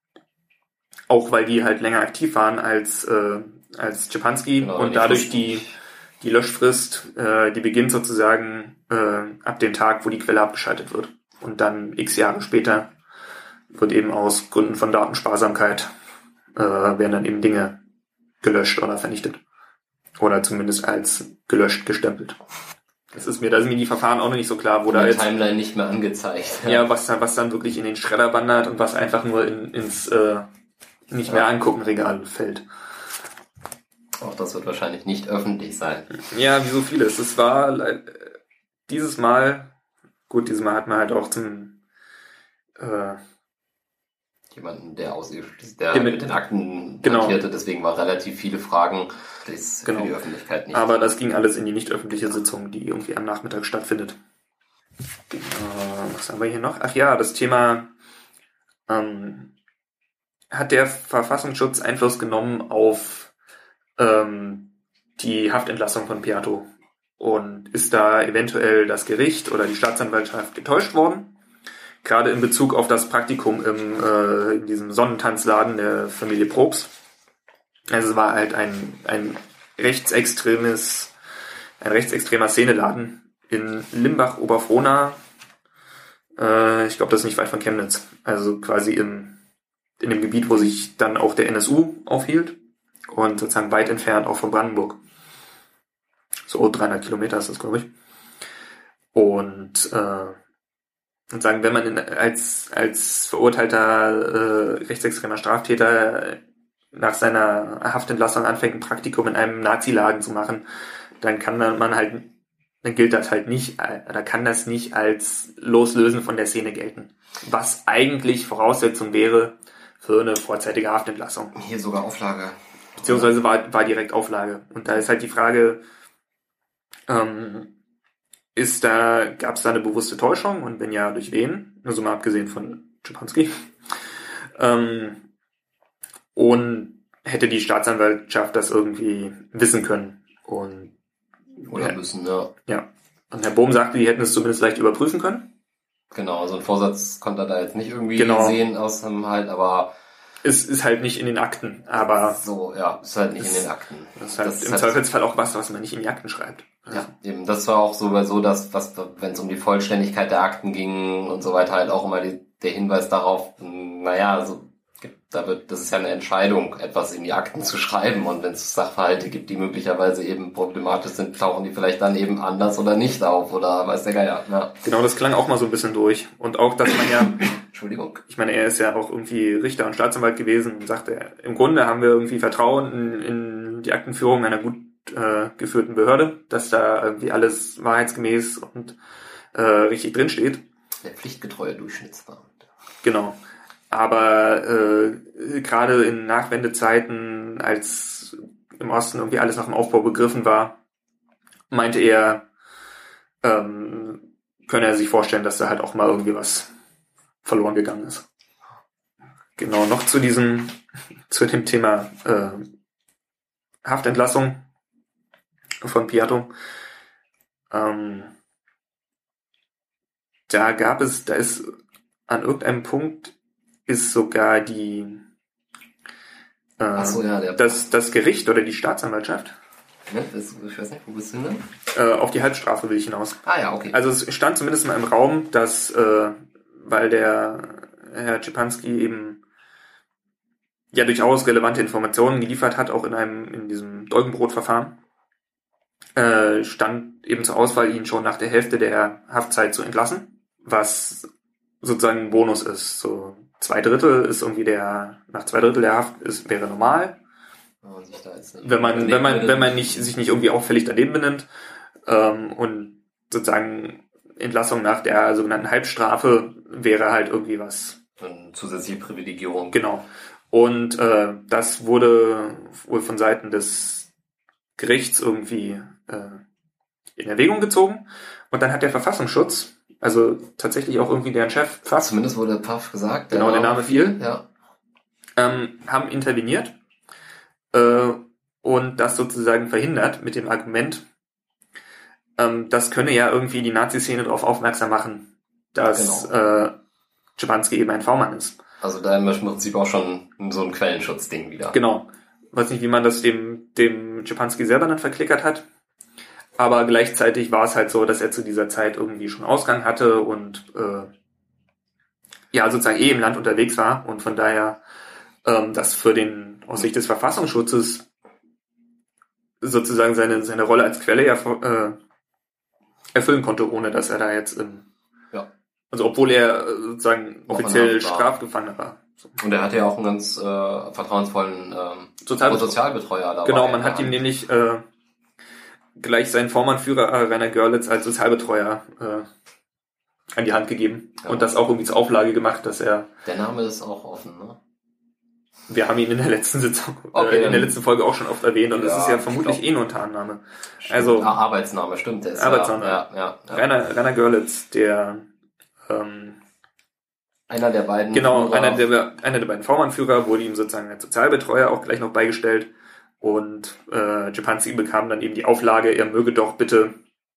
A: Auch weil die halt länger aktiv waren als, äh, als Szczepanski, genau, und dadurch die, die Löschfrist, äh, die beginnt sozusagen äh, ab dem Tag, wo die Quelle abgeschaltet wird. Und dann x Jahre später wird eben aus Gründen von Datensparsamkeit äh, werden dann eben Dinge gelöscht oder vernichtet. Oder zumindest als gelöscht gestempelt. Das ist mir, da sind mir die Verfahren auch noch nicht so klar, wo
B: die
A: da jetzt
B: Timeline nicht mehr angezeigt.
A: Ja, ja, was dann, was dann wirklich in den Schredder wandert und was einfach nur in, ins äh, nicht mehr angucken Regal fällt.
B: Auch das wird wahrscheinlich nicht öffentlich sein.
A: Ja, wie so vieles. Es war äh, dieses Mal, gut, dieses Mal hat man halt auch zum äh,
B: jemanden, der aus der mit, mit den Akten
A: genau.
B: hantierte, deswegen waren relativ viele Fragen das
A: genau.
B: für die Öffentlichkeit nicht.
A: Aber das ging alles in die nicht öffentliche Sitzung, die irgendwie am Nachmittag stattfindet. Äh, was haben wir hier noch? Ach ja, das Thema ähm, hat der Verfassungsschutz Einfluss genommen auf ähm, die Haftentlassung von Piatto? Und ist da eventuell das Gericht oder die Staatsanwaltschaft getäuscht worden? Gerade in Bezug auf das Praktikum im, äh, in diesem Sonnentanzladen der Familie Probst. Also es war halt ein, ein rechtsextremes, ein rechtsextremer Szeneladen in Limbach-Oberfrohna. Äh, ich glaube, das ist nicht weit von Chemnitz. Also quasi im, in dem Gebiet, wo sich dann auch der N S U aufhielt. Und sozusagen weit entfernt auch von Brandenburg. So dreihundert Kilometer ist das, glaube ich. Und äh, und sagen, wenn man in, als als verurteilter äh, rechtsextremer Straftäter nach seiner Haftentlassung anfängt, ein Praktikum in einem Naziladen zu machen, dann kann man halt, dann gilt das halt nicht, oder kann das nicht als Loslösen von der Szene gelten. Was eigentlich Voraussetzung wäre für eine vorzeitige Haftentlassung.
B: Hier sogar Auflage.
A: Beziehungsweise war, war direkt Auflage. Und da ist halt die Frage, ähm, Ist da, gab es da eine bewusste Täuschung? Und wenn ja, durch wen? Also mal abgesehen von Szczepanski. Ähm, und hätte die Staatsanwaltschaft das irgendwie wissen können? Und
B: Oder müssen, ja.
A: Ja. Und Herr Bohm sagte, die hätten es zumindest leicht überprüfen können.
B: Genau, so ein Vorsatz konnte er da jetzt nicht irgendwie
A: genau.
B: sehen aus dem halt, aber
A: es ist halt nicht in den Akten, aber
B: so, ja, ist halt nicht in den Akten.
A: Das ist halt das im ist Zweifelsfall auch was, was man nicht in die Akten schreibt.
B: Ja, eben, das war auch sogar so, dass, was, wenn es um die Vollständigkeit der Akten ging und so weiter, halt auch immer die, der Hinweis darauf, naja, also, da wird, das ist ja eine Entscheidung, etwas in die Akten zu schreiben, und wenn es Sachverhalte gibt, die möglicherweise eben problematisch sind, tauchen die vielleicht dann eben anders oder nicht auf, oder weiß der Geier, ja.
A: Genau, das klang auch mal so ein bisschen durch. Und auch, dass man ja,
B: Entschuldigung.
A: Ich meine, er ist ja auch irgendwie Richter und Staatsanwalt gewesen und sagte, im Grunde haben wir irgendwie Vertrauen in, in die Aktenführung einer gut äh, geführten Behörde, dass da irgendwie alles wahrheitsgemäß und äh, richtig drinsteht.
B: Der pflichtgetreue Durchschnittsbeamte.
A: Genau. Aber äh, gerade in Nachwendezeiten, als im Osten irgendwie alles noch im Aufbau begriffen war, meinte er, ähm, könne er sich vorstellen, dass da halt auch mal irgendwie was verloren gegangen ist. Genau, noch zu diesem, zu dem Thema äh, Haftentlassung von Piatto. Ähm, da gab es, da ist an irgendeinem Punkt ist sogar die äh,
B: Ach so, ja, der
A: das, das Gericht oder die Staatsanwaltschaft.
B: Ne, das, ich weiß nicht, wo bist du denn?
A: Äh, auf die Halbstrafe will ich hinaus.
B: Ah ja, okay.
A: Also es stand zumindest mal im Raum, dass, äh, weil der Herr Szczepanski eben ja durchaus relevante Informationen geliefert hat, auch in einem in diesem Dolgenbrot-Verfahren, äh, stand eben zur Auswahl, ihn schon nach der Hälfte der Haftzeit zu entlassen, was sozusagen ein Bonus ist. So zwei Drittel ist irgendwie der, nach zwei Drittel der Haft ist, wäre normal. Wenn man, wenn man, wenn man nicht, sich nicht irgendwie auffällig daneben benimmt, ähm, und sozusagen Entlassung nach der sogenannten Halbstrafe wäre halt irgendwie was.
B: Eine zusätzliche Privilegierung.
A: Genau. Und äh, das wurde wohl von Seiten des Gerichts irgendwie äh, in Erwägung gezogen. Und dann hat der Verfassungsschutz, also tatsächlich auch irgendwie deren Chef, Pfaff,
B: zumindest wurde Pfaff gesagt,
A: genau, der Name fiel,
B: ja.
A: ähm, haben interveniert äh, und das sozusagen verhindert mit dem Argument, ähm, das könne ja irgendwie die Nazi-Szene darauf aufmerksam machen, dass
B: Genau.
A: äh, Szczepanski eben ein V-Mann ist.
B: Also da haben wir im Prinzip auch schon so ein Quellenschutzding wieder.
A: Genau. Weiß nicht, wie man das dem, dem Szczepanski selber dann verklickert hat. Aber gleichzeitig war es halt so, dass er zu dieser Zeit irgendwie schon Ausgang hatte und äh, ja, sozusagen eh im Land unterwegs war und von daher ähm, das für den, aus Sicht des Verfassungsschutzes sozusagen seine, seine Rolle als Quelle ja äh, erfüllen konnte, ohne dass er da jetzt im,
B: ja.
A: also obwohl er äh, sozusagen
B: Noch
A: offiziell
B: in Haft war.
A: Strafgefangener war. So.
B: Und er hatte ja auch einen ganz äh, vertrauensvollen ähm,
A: Sozialbetreuer.
B: Sozialbetreuer dabei.
A: Genau, man hat
B: ja.
A: ihm nämlich äh, gleich seinen Vormannführer äh, Rainer Görlitz als Sozialbetreuer äh, an die Hand gegeben
B: Ja.
A: und das auch irgendwie zur Auflage gemacht, dass er...
B: Der Name ist auch offen, ne?
A: Wir haben ihn in der letzten Sitzung,
B: Okay,
A: äh, in der letzten Folge auch schon oft erwähnt und es
B: Ja,
A: ist ja
B: ich
A: vermutlich
B: glaub-
A: eh nur ein Tarnname.
B: Stimmt.
A: Also
B: ah, Arbeitsname, stimmt. Der ist
A: Arbeitsname.
B: Ja, ja, ja, ja.
A: Rainer, Rainer Görlitz, der ähm,
B: Einer der beiden.
A: genau,
B: Führer.
A: einer der, einer der beiden V-Mann-Führer wurde ihm sozusagen als Sozialbetreuer auch gleich noch beigestellt und äh, Szczepanski bekam dann eben die Auflage, er möge doch bitte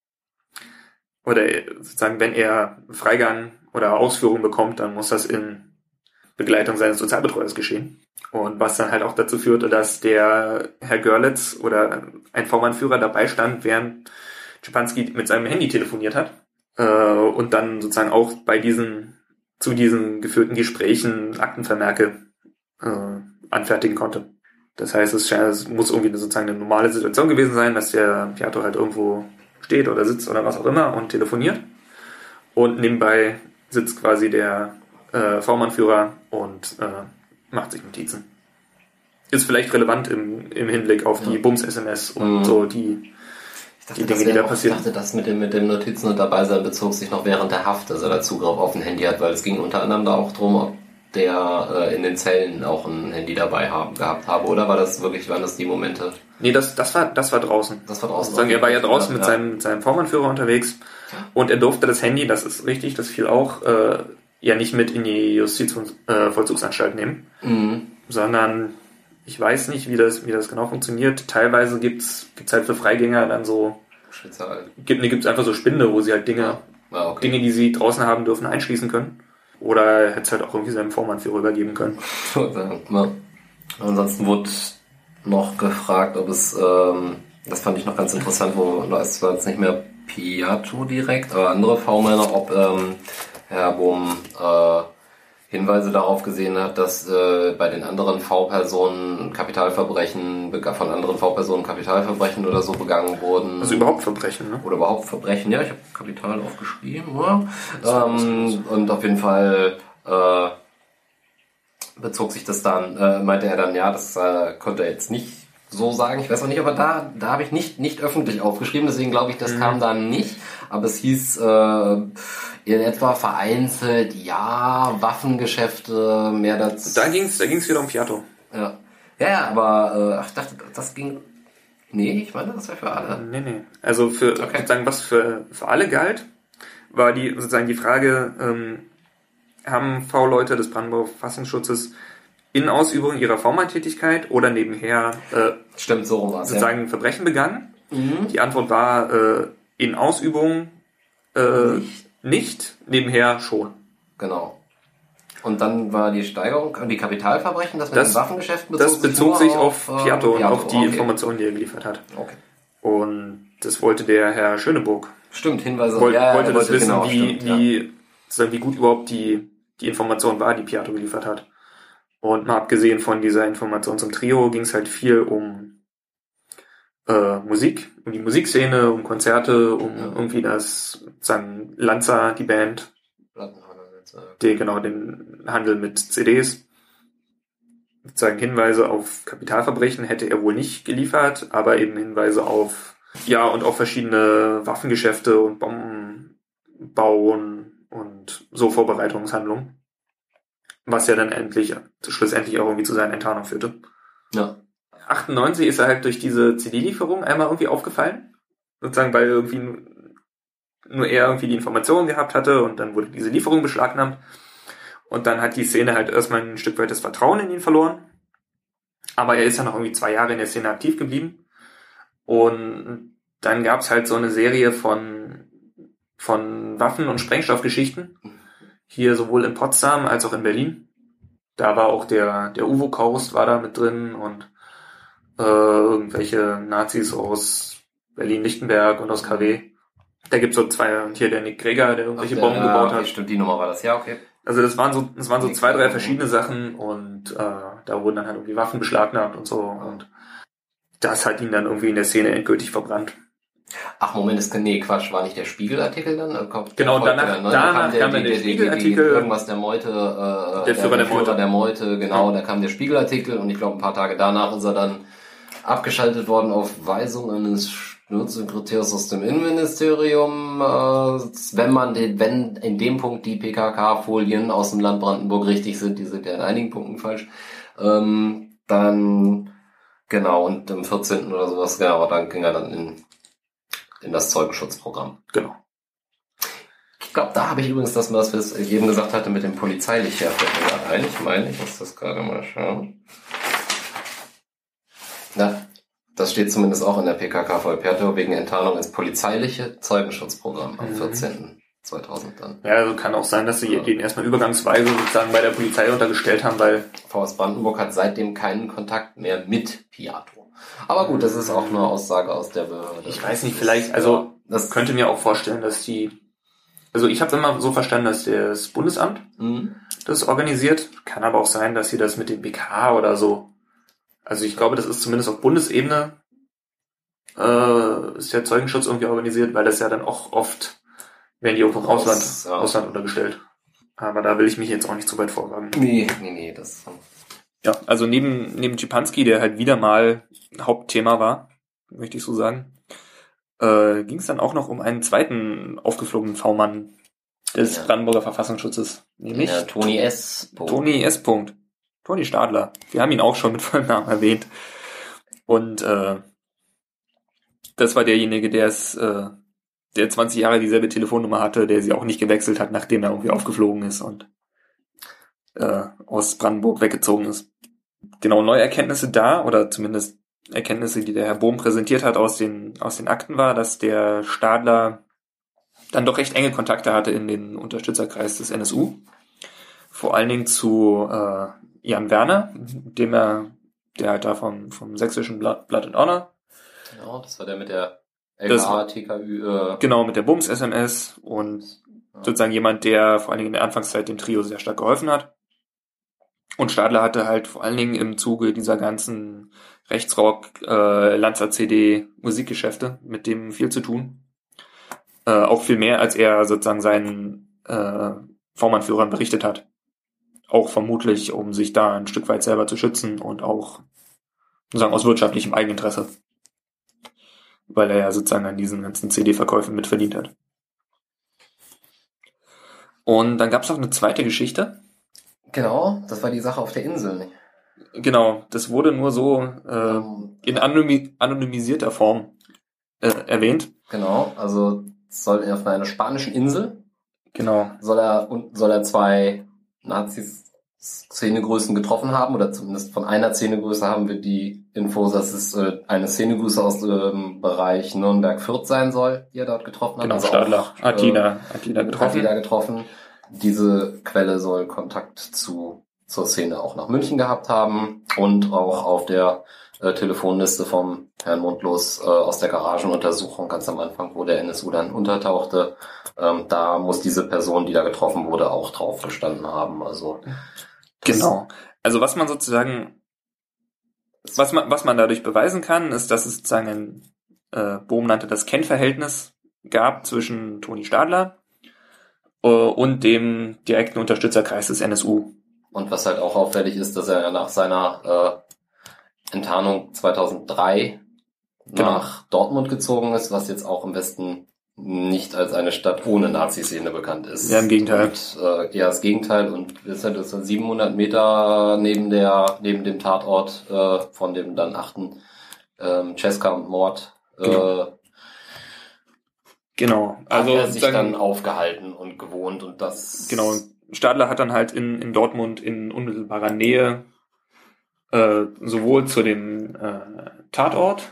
A: oder sozusagen, wenn er Freigang oder Ausführung bekommt, dann muss das in Begleitung seines Sozialbetreuers geschehen. Und was dann halt auch dazu führte, dass der Herr Görlitz oder ein V-Mann-Führer dabei stand, während Szczepanski mit seinem Handy telefoniert hat äh, und dann sozusagen auch bei diesen zu diesen geführten Gesprächen Aktenvermerke äh, anfertigen konnte. Das heißt, es, es muss irgendwie eine, sozusagen eine normale Situation gewesen sein, dass der Piatto halt irgendwo steht oder sitzt oder was auch immer und telefoniert. Und nebenbei sitzt quasi der äh, V-Mann-Führer und äh, macht sich Notizen. Ist vielleicht relevant im, im Hinblick auf die
B: Ja.
A: Bums-S M S und
B: Mhm.
A: so die,
B: Ich dachte,
A: die
B: das
A: Dinge, die
B: wär
A: da
B: auch-
A: passieren.
B: Ich dachte, das mit dem, mit dem Notizen und dabei sein bezog sich noch während der Haft, dass er da Zugriff auf ein Handy hat, weil es ging unter anderem da auch drum, ob der äh, in den Zellen auch ein Handy dabei haben, gehabt habe, oder war das wirklich, waren das die Momente?
A: Nee, das, das war, das war draußen.
B: Das war draußen.
A: Sozusagen, er war ja draußen
B: Ja,
A: mit
B: ja.
A: seinem, mit seinem V-Mann-Führer unterwegs und er durfte das Handy, das ist richtig, das fiel auch, äh, ja nicht mit in die Justizvollzugsanstalt nehmen,
B: Mhm.
A: sondern ich weiß nicht, wie das, wie das genau funktioniert. Teilweise gibt's, gibt's halt für Freigänger dann so,
B: Spezial.
A: gibt, nee, gibt's einfach so Spinde, wo sie halt Dinge,
B: Ja, okay.
A: Dinge, die sie draußen haben dürfen, einschließen können. Oder hätte es halt auch irgendwie seinem V-Mann-Führer übergeben können.
B: Ja. Ansonsten wurde noch gefragt, ob es, ähm, das fand ich noch ganz interessant, wo es war jetzt nicht mehr Piatto direkt, aber andere V-Männer, ob ähm, Herr Bohm äh, Hinweise darauf gesehen hat, dass äh, bei den anderen V-Personen Kapitalverbrechen, bega- von anderen V-Personen Kapitalverbrechen oder so begangen wurden.
A: Also überhaupt Verbrechen, ne?
B: Oder überhaupt Verbrechen, ja, ich habe Kapital aufgeschrieben, ja. Ähm, und auf jeden Fall äh, bezog sich das dann, äh, meinte er dann, ja, das äh, konnte er jetzt nicht so sagen, ich weiß auch nicht, aber da, da habe ich nicht, nicht öffentlich aufgeschrieben, deswegen glaube ich, das
A: Mhm.
B: kam dann nicht, aber es hieß äh, in etwa vereinzelt, ja, Waffengeschäfte, mehr dazu.
A: Da ging's, da ging's wieder um Piatto.
B: Ja, ja, ja, aber äh, ach, ich dachte, das ging, nee, ich meine, das wäre für alle.
A: Nee, nee. Also für
B: Okay.
A: sozusagen, was für, für alle galt, war die sozusagen die Frage, ähm, haben V-Leute des Brandenburger Verfassungsschutzes in Ausübung ihrer V-Mann-Tätigkeit oder nebenher äh,
B: Stimmt, so rum war's,
A: sozusagen
B: ja.
A: Verbrechen begangen?
B: Mhm.
A: Die Antwort war äh, in Ausübung äh, nicht. nicht, nebenher schon.
B: Genau. Und dann war die Steigerung, die Kapitalverbrechen, das mit
A: das,
B: den Waffengeschäften bezog
A: das bezog sich auf,
B: auf
A: Piatto
B: äh,
A: und auf die
B: okay.
A: Informationen, die er geliefert hat.
B: Okay.
A: Und das wollte der Herr Schöneburg.
B: Stimmt, Hinweise.
A: Wollt,
B: ja,
A: wollte das
B: wollte,
A: wissen,
B: genau,
A: wie,
B: stimmt,
A: wie,
B: ja.
A: sozusagen, wie gut überhaupt die, die Information war, die Piatto geliefert hat. Und mal abgesehen von dieser Information zum Trio ging es halt viel um äh, Musik, um die Musikszene, um Konzerte, um
B: Ja.
A: irgendwie das, sozusagen Lanza, die Band, den, genau, den Handel mit C Ds. Sozusagen Hinweise auf Kapitalverbrechen hätte er wohl nicht geliefert, aber eben Hinweise auf, ja, und auch verschiedene Waffengeschäfte und Bombenbauen und so Vorbereitungshandlungen. Was ja dann endlich, schlussendlich auch irgendwie zu seiner Enttarnung führte.
B: Ja.
A: achtundneunzig ist er halt durch diese C D-Lieferung einmal irgendwie aufgefallen. Sozusagen, weil irgendwie nur er irgendwie die Informationen gehabt hatte und dann wurde diese Lieferung beschlagnahmt. Und dann hat die Szene halt erstmal ein Stück weit das Vertrauen in ihn verloren. Aber er ist ja noch irgendwie zwei Jahre in der Szene aktiv geblieben. Und dann gab's halt so eine Serie von, von Waffen- und Sprengstoffgeschichten. Hier sowohl in Potsdam als auch in Berlin. Da war auch der, der Uwe Kaust war da mit drin und äh, irgendwelche Nazis aus Berlin-Lichtenberg und aus K W. Da gibt's so zwei, und hier der Nick Greger, der irgendwelche
B: der,
A: Bomben gebaut hat.
B: Stimmt, die Nummer war das, ja, okay.
A: Also das waren so, das waren so zwei, drei verschiedene Sachen und äh, da wurden dann halt irgendwie Waffen beschlagnahmt und so und das hat ihn dann irgendwie in der Szene endgültig verbrannt.
B: Ach Moment, das kann, nee, Quatsch, war nicht der Spiegelartikel dann? Kommt,
A: genau, danach,
B: dann, ne?
A: danach
B: da kam der,
A: kam dann der
B: die,
A: Spiegelartikel.
B: Die, die, irgendwas der Meute, äh,
A: der Führer der, der Meute.
B: der Meute, genau, ja. Da kam der Spiegelartikel und ich glaube ein paar Tage danach ist er dann abgeschaltet worden auf Weisung eines Staatssekretärs aus dem Innenministerium, äh, wenn man den, wenn in dem Punkt die P K K-Folien aus dem Land Brandenburg richtig sind, die sind ja in einigen Punkten falsch, ähm, dann, genau, und im vierzehnten oder sowas, genau, dann ging er dann in, in das Zeugenschutzprogramm.
A: Genau.
B: Ich glaube, da habe ich übrigens das, was ich eben gesagt hatte, mit dem polizeilich herfällt mir ein. Ich meine, ich muss das gerade mal schauen. Na, das steht zumindest auch in der P K K Volperto wegen Enttarnung ins polizeiliche Zeugenschutzprogramm am vierzehnten zweitausend dann.
A: Ja, also kann auch sein, dass sie ja. den erstmal übergangsweise sozusagen bei der Polizei untergestellt haben, weil
B: V S Brandenburg hat seitdem keinen Kontakt mehr mit Piatto. Aber gut, das ist auch eine Aussage aus der Behörde.
A: Ich weiß nicht, vielleicht, also das könnte mir auch vorstellen, dass die, also ich habe immer so verstanden, dass das Bundesamt mhm. das organisiert. Kann aber auch sein, dass sie das mit dem B K oder so. Also ich glaube, das ist zumindest auf Bundesebene äh, ist der Zeugenschutz irgendwie organisiert, weil das ja dann auch oft werden die auch im Ausland, ja. Ausland untergestellt. Aber da will ich mich jetzt auch nicht zu weit vorwagen.
B: Nee, nee, nee, das...
A: Ja, also neben neben Schipanski, der halt wieder mal Hauptthema war, möchte ich so sagen, äh, ging es dann auch noch um einen zweiten aufgeflogenen V-Mann des ja. Brandenburger Verfassungsschutzes, nämlich
B: ja, Toni S.
A: Toni S. Toni Stadler. Wir haben ihn auch schon mit vollem Namen erwähnt. Und äh, das war derjenige, der es, äh, der zwanzig Jahre dieselbe Telefonnummer hatte, der sie auch nicht gewechselt hat, nachdem er irgendwie aufgeflogen ist und äh, aus Brandenburg weggezogen ist. Genau, neue Erkenntnisse da, oder zumindest Erkenntnisse, die der Herr Bohm präsentiert hat aus den aus den Akten, war, dass der Stadler dann doch recht enge Kontakte hatte in den Unterstützerkreis des N S U. Vor allen Dingen zu äh, Jan Werner, dem er, der halt da vom, vom sächsischen Blood, Blood and Honor.
B: Genau, das war der mit der L K A, T K Ü. Äh
A: Genau, mit der Bums-S M S und ja. sozusagen jemand, der vor allen Dingen in der Anfangszeit dem Trio sehr stark geholfen hat. Und Stadler hatte halt vor allen Dingen im Zuge dieser ganzen Rechtsrock, äh, Lanza-C D Musikgeschäfte mit dem viel zu tun. Äh, auch viel mehr, als er sozusagen seinen äh, V-Mann-Führern berichtet hat. Auch vermutlich, um sich da ein Stück weit selber zu schützen und auch sozusagen aus wirtschaftlichem Eigeninteresse. Weil er ja sozusagen an diesen ganzen C D-Verkäufen mitverdient hat. Und dann gab es noch eine zweite Geschichte.
B: Genau, das war die Sache auf der Insel.
A: Genau, das wurde nur so äh, um, in anonymi- anonymisierter Form äh, erwähnt.
B: Genau, also soll er auf einer spanischen Insel.
A: Genau.
B: Soll er und soll er zwei Nazis Szenegrößen getroffen haben, oder zumindest von einer Szenegröße haben wir die Info, dass es äh, eine Szenegröße aus dem Bereich Nürnberg-Fürth sein soll, die er dort getroffen hat.
A: Genau,
B: also
A: Stadler,
B: auch,
A: Attila,
B: äh,
A: Attila getroffen.
B: Attila getroffen. Diese Quelle soll Kontakt zu zur Szene auch nach München gehabt haben und auch auf der äh, Telefonliste vom Herrn Mundlos äh, aus der Garagenuntersuchung ganz am Anfang, wo der N S U dann untertauchte, ähm, da muss diese Person, die da getroffen wurde, auch drauf gestanden haben. Also
A: genau. Also was man sozusagen, was man was man dadurch beweisen kann, ist, dass es sozusagen ein, äh, Bohm nannte das Kennverhältnis gab zwischen Toni Stadler äh, und dem direkten Unterstützerkreis des N S U.
B: Und was halt auch auffällig ist, dass er nach seiner äh, Enttarnung zweitausenddrei
A: Genau.
B: nach Dortmund gezogen ist, was jetzt auch im Westen nicht als eine Stadt ohne Nazi-Szene bekannt ist.
A: Ja, im Gegenteil.
B: Und, äh, eher das Gegenteil. Und das ist halt das sind siebenhundert Meter neben der neben dem Tatort äh, von dem dann achten ähm, Cesca-Mord äh,
A: Genau. Genau. Also
B: hat er sich
A: sozusagen-
B: dann aufgehalten und gewohnt und das...
A: Genau, Stadler hat dann halt in, in Dortmund in unmittelbarer Nähe äh, sowohl zu dem äh, Tatort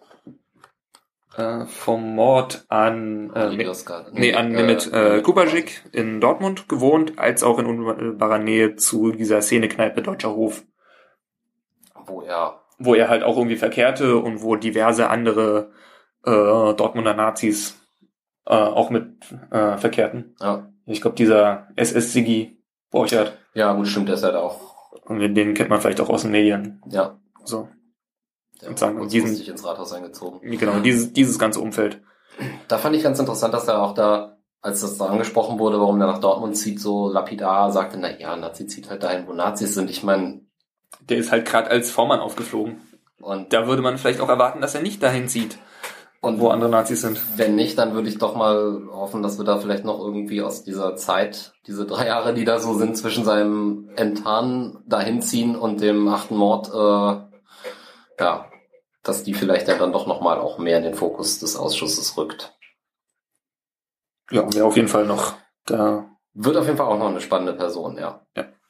A: äh, vom Mord an äh,
B: Ali
A: Mi-
B: Bürsker.
A: nee, an Mehmet äh, Kubasik in Dortmund gewohnt, als auch in unmittelbarer Nähe zu dieser Szenekneipe Deutscher Hof,
B: Wo er
A: wo er halt auch irgendwie verkehrte und wo diverse andere äh, Dortmunder Nazis äh, auch mit äh, verkehrten.
B: ja,
A: Ich glaube, dieser S S-Siggi Borchert,
B: ja gut, stimmt, der ist halt auch,
A: und den kennt man vielleicht auch aus den Medien.
B: ja,
A: So,
B: der
A: Und sagen,
B: war
A: diesen-
B: kurzfristig ins Rathaus eingezogen.
A: genau, dieses, dieses ganze Umfeld.
B: Da fand ich ganz interessant, dass er auch da, als das da angesprochen wurde, warum er nach Dortmund zieht, so lapidar sagte, na ja, Nazi zieht halt dahin, wo Nazis sind. Ich meine,
A: Der ist halt gerade als V-Mann aufgeflogen.
B: und,
A: Da würde man vielleicht auch erwarten, dass er nicht dahin zieht,
B: und
A: wo andere Nazis sind.
B: wenn nicht, dann würde ich doch mal hoffen, dass wir da vielleicht noch irgendwie aus dieser Zeit, diese drei Jahre, die da so sind, zwischen seinem Enttarnen dahin ziehen und dem achten Mord, äh, ja, dass die vielleicht ja dann doch nochmal auch mehr in den Fokus des Ausschusses rückt.
A: Ja, und wäre auf jeden Fall noch da.
B: Wird auf jeden Fall auch noch eine spannende Person, ja.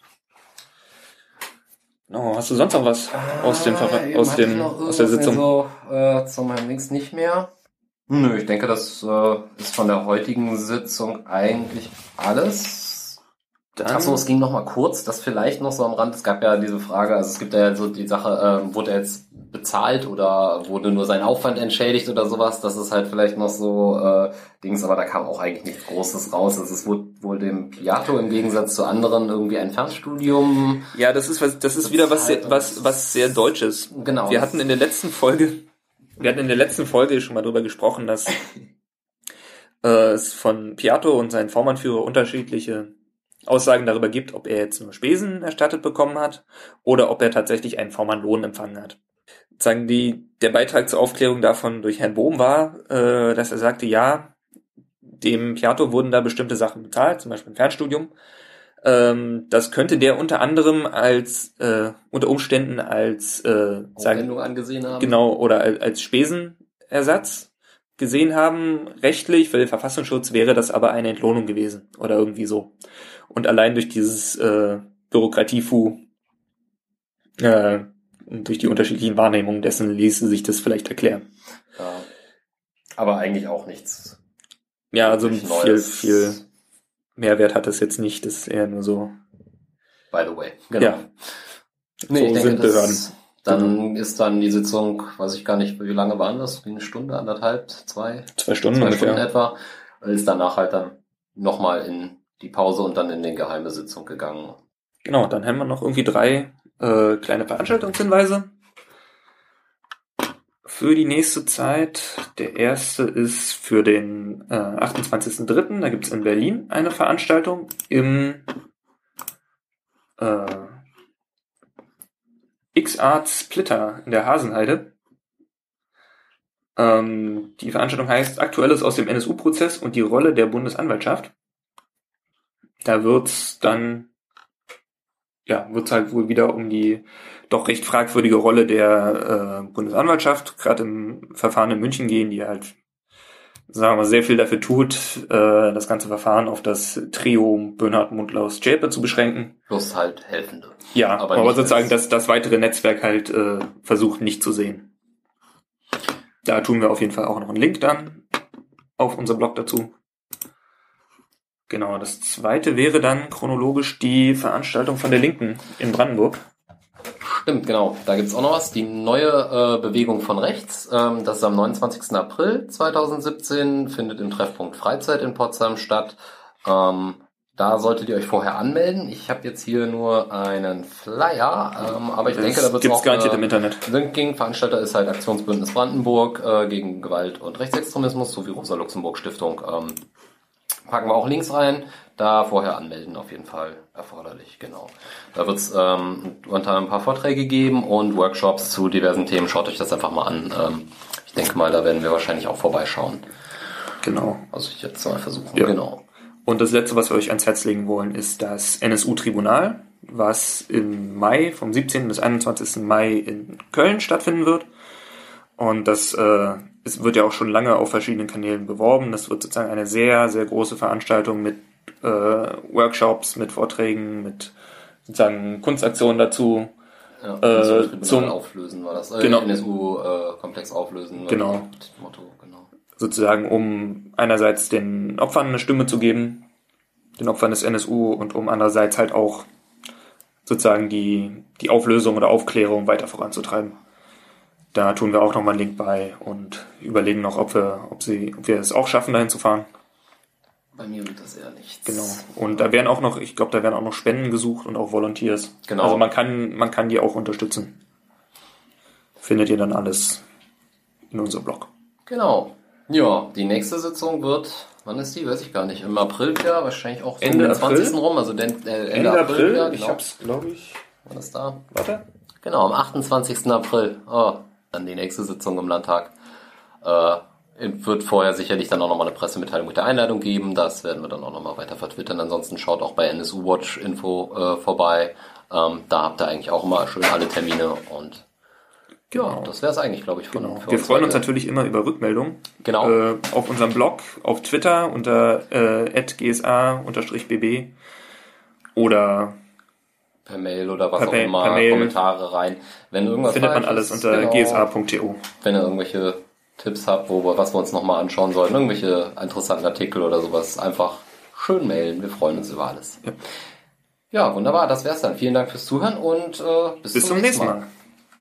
A: Oh, hast du sonst noch was aus dem Ver-
B: Ah,
A: aus
B: hatte ich
A: dem
B: noch
A: aus der
B: irgendwas
A: Sitzung?
B: So, äh, zu meinem Links nicht mehr. Nö, ich denke, das äh, ist von der heutigen Sitzung eigentlich alles.
A: Dann,
B: Achso, es ging noch mal kurz, das vielleicht noch so am Rand. Es gab ja diese Frage, also es gibt ja so die Sache, ähm, wurde er jetzt bezahlt oder wurde nur sein Aufwand entschädigt oder sowas. Das ist halt vielleicht noch so äh, Dings, aber da kam auch eigentlich nichts Großes raus. Also es wurde wohl dem Piatto im Gegensatz zu anderen irgendwie ein Fernstudium.
A: ja, das ist was, das ist wieder was sehr, was was sehr Deutsches.
B: Genau.
A: Wir hatten in der letzten Folge, wir hatten in der letzten Folge schon mal drüber gesprochen, dass äh, es von Piatto und seinen V-Mann-Führer unterschiedliche Aussagen darüber gibt, ob er jetzt nur Spesen erstattet bekommen hat oder ob er tatsächlich einen V-Mann-Lohn empfangen hat. Sagen die, der Beitrag zur Aufklärung davon durch Herrn Bohm war, äh, dass er sagte, ja, dem Piatto wurden da bestimmte Sachen bezahlt, zum Beispiel ein Fernstudium. Ähm, das könnte der unter anderem als, äh, unter Umständen als, äh, sagen,
B: Aufwendung angesehen haben.
A: genau, oder als, als Spesenersatz gesehen haben. Rechtlich, für den Verfassungsschutz wäre das aber eine Entlohnung gewesen oder irgendwie so. Und allein durch dieses äh, Bürokratiefu äh, und durch die unterschiedlichen Wahrnehmungen dessen ließe sich das vielleicht erklären.
B: Ja. Aber eigentlich auch nichts.
A: Ja, also
B: wirklich
A: viel,
B: Neues.
A: viel Mehrwert hat das jetzt nicht, das ist eher nur so.
B: By the way. Genau.
A: Ja.
B: Nee,
A: So
B: ich denke,
A: sind
B: das,
A: Behörden.
B: Dann ist dann die Sitzung, weiß ich gar nicht, wie lange waren das? Wie eine Stunde, anderthalb, zwei?
A: Zwei Stunden
B: zwei
A: ungefähr.
B: Stunden etwa. Ist danach halt dann nochmal in die Pause und dann in die geheime Sitzung gegangen.
A: Genau, dann haben wir noch irgendwie drei äh, kleine Veranstaltungshinweise für die nächste Zeit. Der erste ist für den äh, achtundzwanzigsten dritten Da gibt's in Berlin eine Veranstaltung im äh, X-Art Splitter in der Hasenheide. Ähm, die Veranstaltung heißt Aktuelles aus dem N S U-Prozess und die Rolle der Bundesanwaltschaft. Da wird's dann ja, wird's halt wohl wieder um die doch recht fragwürdige Rolle der äh, Bundesanwaltschaft, gerade im Verfahren in München gehen, die halt sagen wir mal, sehr viel dafür tut, äh, das ganze Verfahren auf das Trio Böhnhardt, Mundlaus, Zschäpe zu beschränken.
B: Plus halt Helfende.
A: Ja, aber, aber sozusagen das, das weitere Netzwerk halt äh, versucht nicht zu sehen. Da tun wir auf jeden Fall auch noch einen Link dann auf unser Blog dazu. Genau, das zweite wäre dann chronologisch die Veranstaltung von der Linken in Brandenburg.
B: Stimmt, genau. Da gibt's auch noch was. Die neue äh, Bewegung von rechts, ähm, das ist am neunundzwanzigsten April zweitausendsiebzehn, findet im Treffpunkt Freizeit in Potsdam statt. Ähm, da solltet ihr euch vorher anmelden. Ich habe jetzt hier nur einen Flyer, ähm, aber ich das denke, da wird's
A: gibt's
B: auch...
A: garantiert äh, im Internet.
B: Linking, Veranstalter ist halt Aktionsbündnis Brandenburg äh, gegen Gewalt und Rechtsextremismus sowie Rosa-Luxemburg-Stiftung. Ähm, packen wir auch Links rein. Da vorher anmelden auf jeden Fall erforderlich, genau. Da wird es ähm, unter ein paar Vorträge geben und Workshops zu diversen Themen. Schaut euch das einfach mal an. Ähm, ich denke mal, da werden wir wahrscheinlich auch vorbeischauen.
A: Genau.
B: Also ich jetzt mal versuchen.
A: Ja.
B: Genau.
A: Und das Letzte, was wir euch ans Herz legen wollen, ist das N S U-Tribunal, was im Mai, vom siebzehnten bis einundzwanzigsten Mai in Köln stattfinden wird. Und das äh, es wird ja auch schon lange auf verschiedenen Kanälen beworben. Das wird sozusagen eine sehr, sehr große Veranstaltung mit äh, Workshops, mit Vorträgen, mit sozusagen Kunstaktionen dazu.
B: Ja,
A: äh, zum
B: Auflösen war das. Äh,
A: genau.
B: N S U-Komplex äh, auflösen.
A: Genau.
B: Das Motto, genau.
A: Sozusagen, um einerseits den Opfern eine Stimme zu geben, den Opfern des N S U, und um andererseits halt auch sozusagen die, die Auflösung oder Aufklärung weiter voranzutreiben. Da tun wir auch nochmal einen Link bei und überlegen noch, ob wir, ob sie, ob wir es auch schaffen, dahin zu fahren.
B: Bei mir wird das eher nichts.
A: Genau. Und da werden auch noch, ich glaube, da werden auch noch Spenden gesucht und auch Volunteers.
B: Genau.
A: Also man kann, man kann die auch unterstützen. Findet ihr dann alles in unserem Blog.
B: Genau. Ja, die nächste Sitzung wird, wann ist die? Weiß ich gar nicht. Im April ja, wahrscheinlich auch so
A: Ende
B: um den zwanzigsten
A: April?
B: rum. Also den, äh, Ende,
A: Ende April?
B: April ja, genau.
A: Ich hab's, glaube ich.
B: Wann ist da?
A: Warte.
B: Genau, am achtundzwanzigsten April. Oh, dann die nächste Sitzung im Landtag. Äh, wird vorher sicherlich dann auch nochmal eine Pressemitteilung mit der Einladung geben. Das werden wir dann auch nochmal weiter vertwittern. Ansonsten schaut auch bei N S U Watch Info äh, vorbei. Ähm, da habt ihr eigentlich auch immer schön alle Termine. Und
A: Genau.
B: ja, das wäre es eigentlich, glaube ich, von
A: Genau.
B: für
A: Wir
B: uns
A: freuen uns
B: heute.
A: natürlich immer über Rückmeldungen.
B: Genau.
A: Äh, auf unserem Blog, auf Twitter unter äh, at g s a b b oder
B: Per Mail oder was
A: Per
B: auch
A: Mail-
B: immer,
A: per Mail.
B: Kommentare rein. Wenn irgendwas
A: findet man
B: falsch
A: alles
B: ist,
A: unter
B: genau.
A: g s a punkt t o.
B: Wenn ihr irgendwelche Tipps habt, wo wir, was wir uns nochmal anschauen sollen, irgendwelche interessanten Artikel oder sowas, einfach schön mailen. Wir freuen uns über alles.
A: Ja.
B: Ja, wunderbar, das wär's dann. Vielen Dank fürs Zuhören und äh, bis,
A: Bis zum nächsten Mal.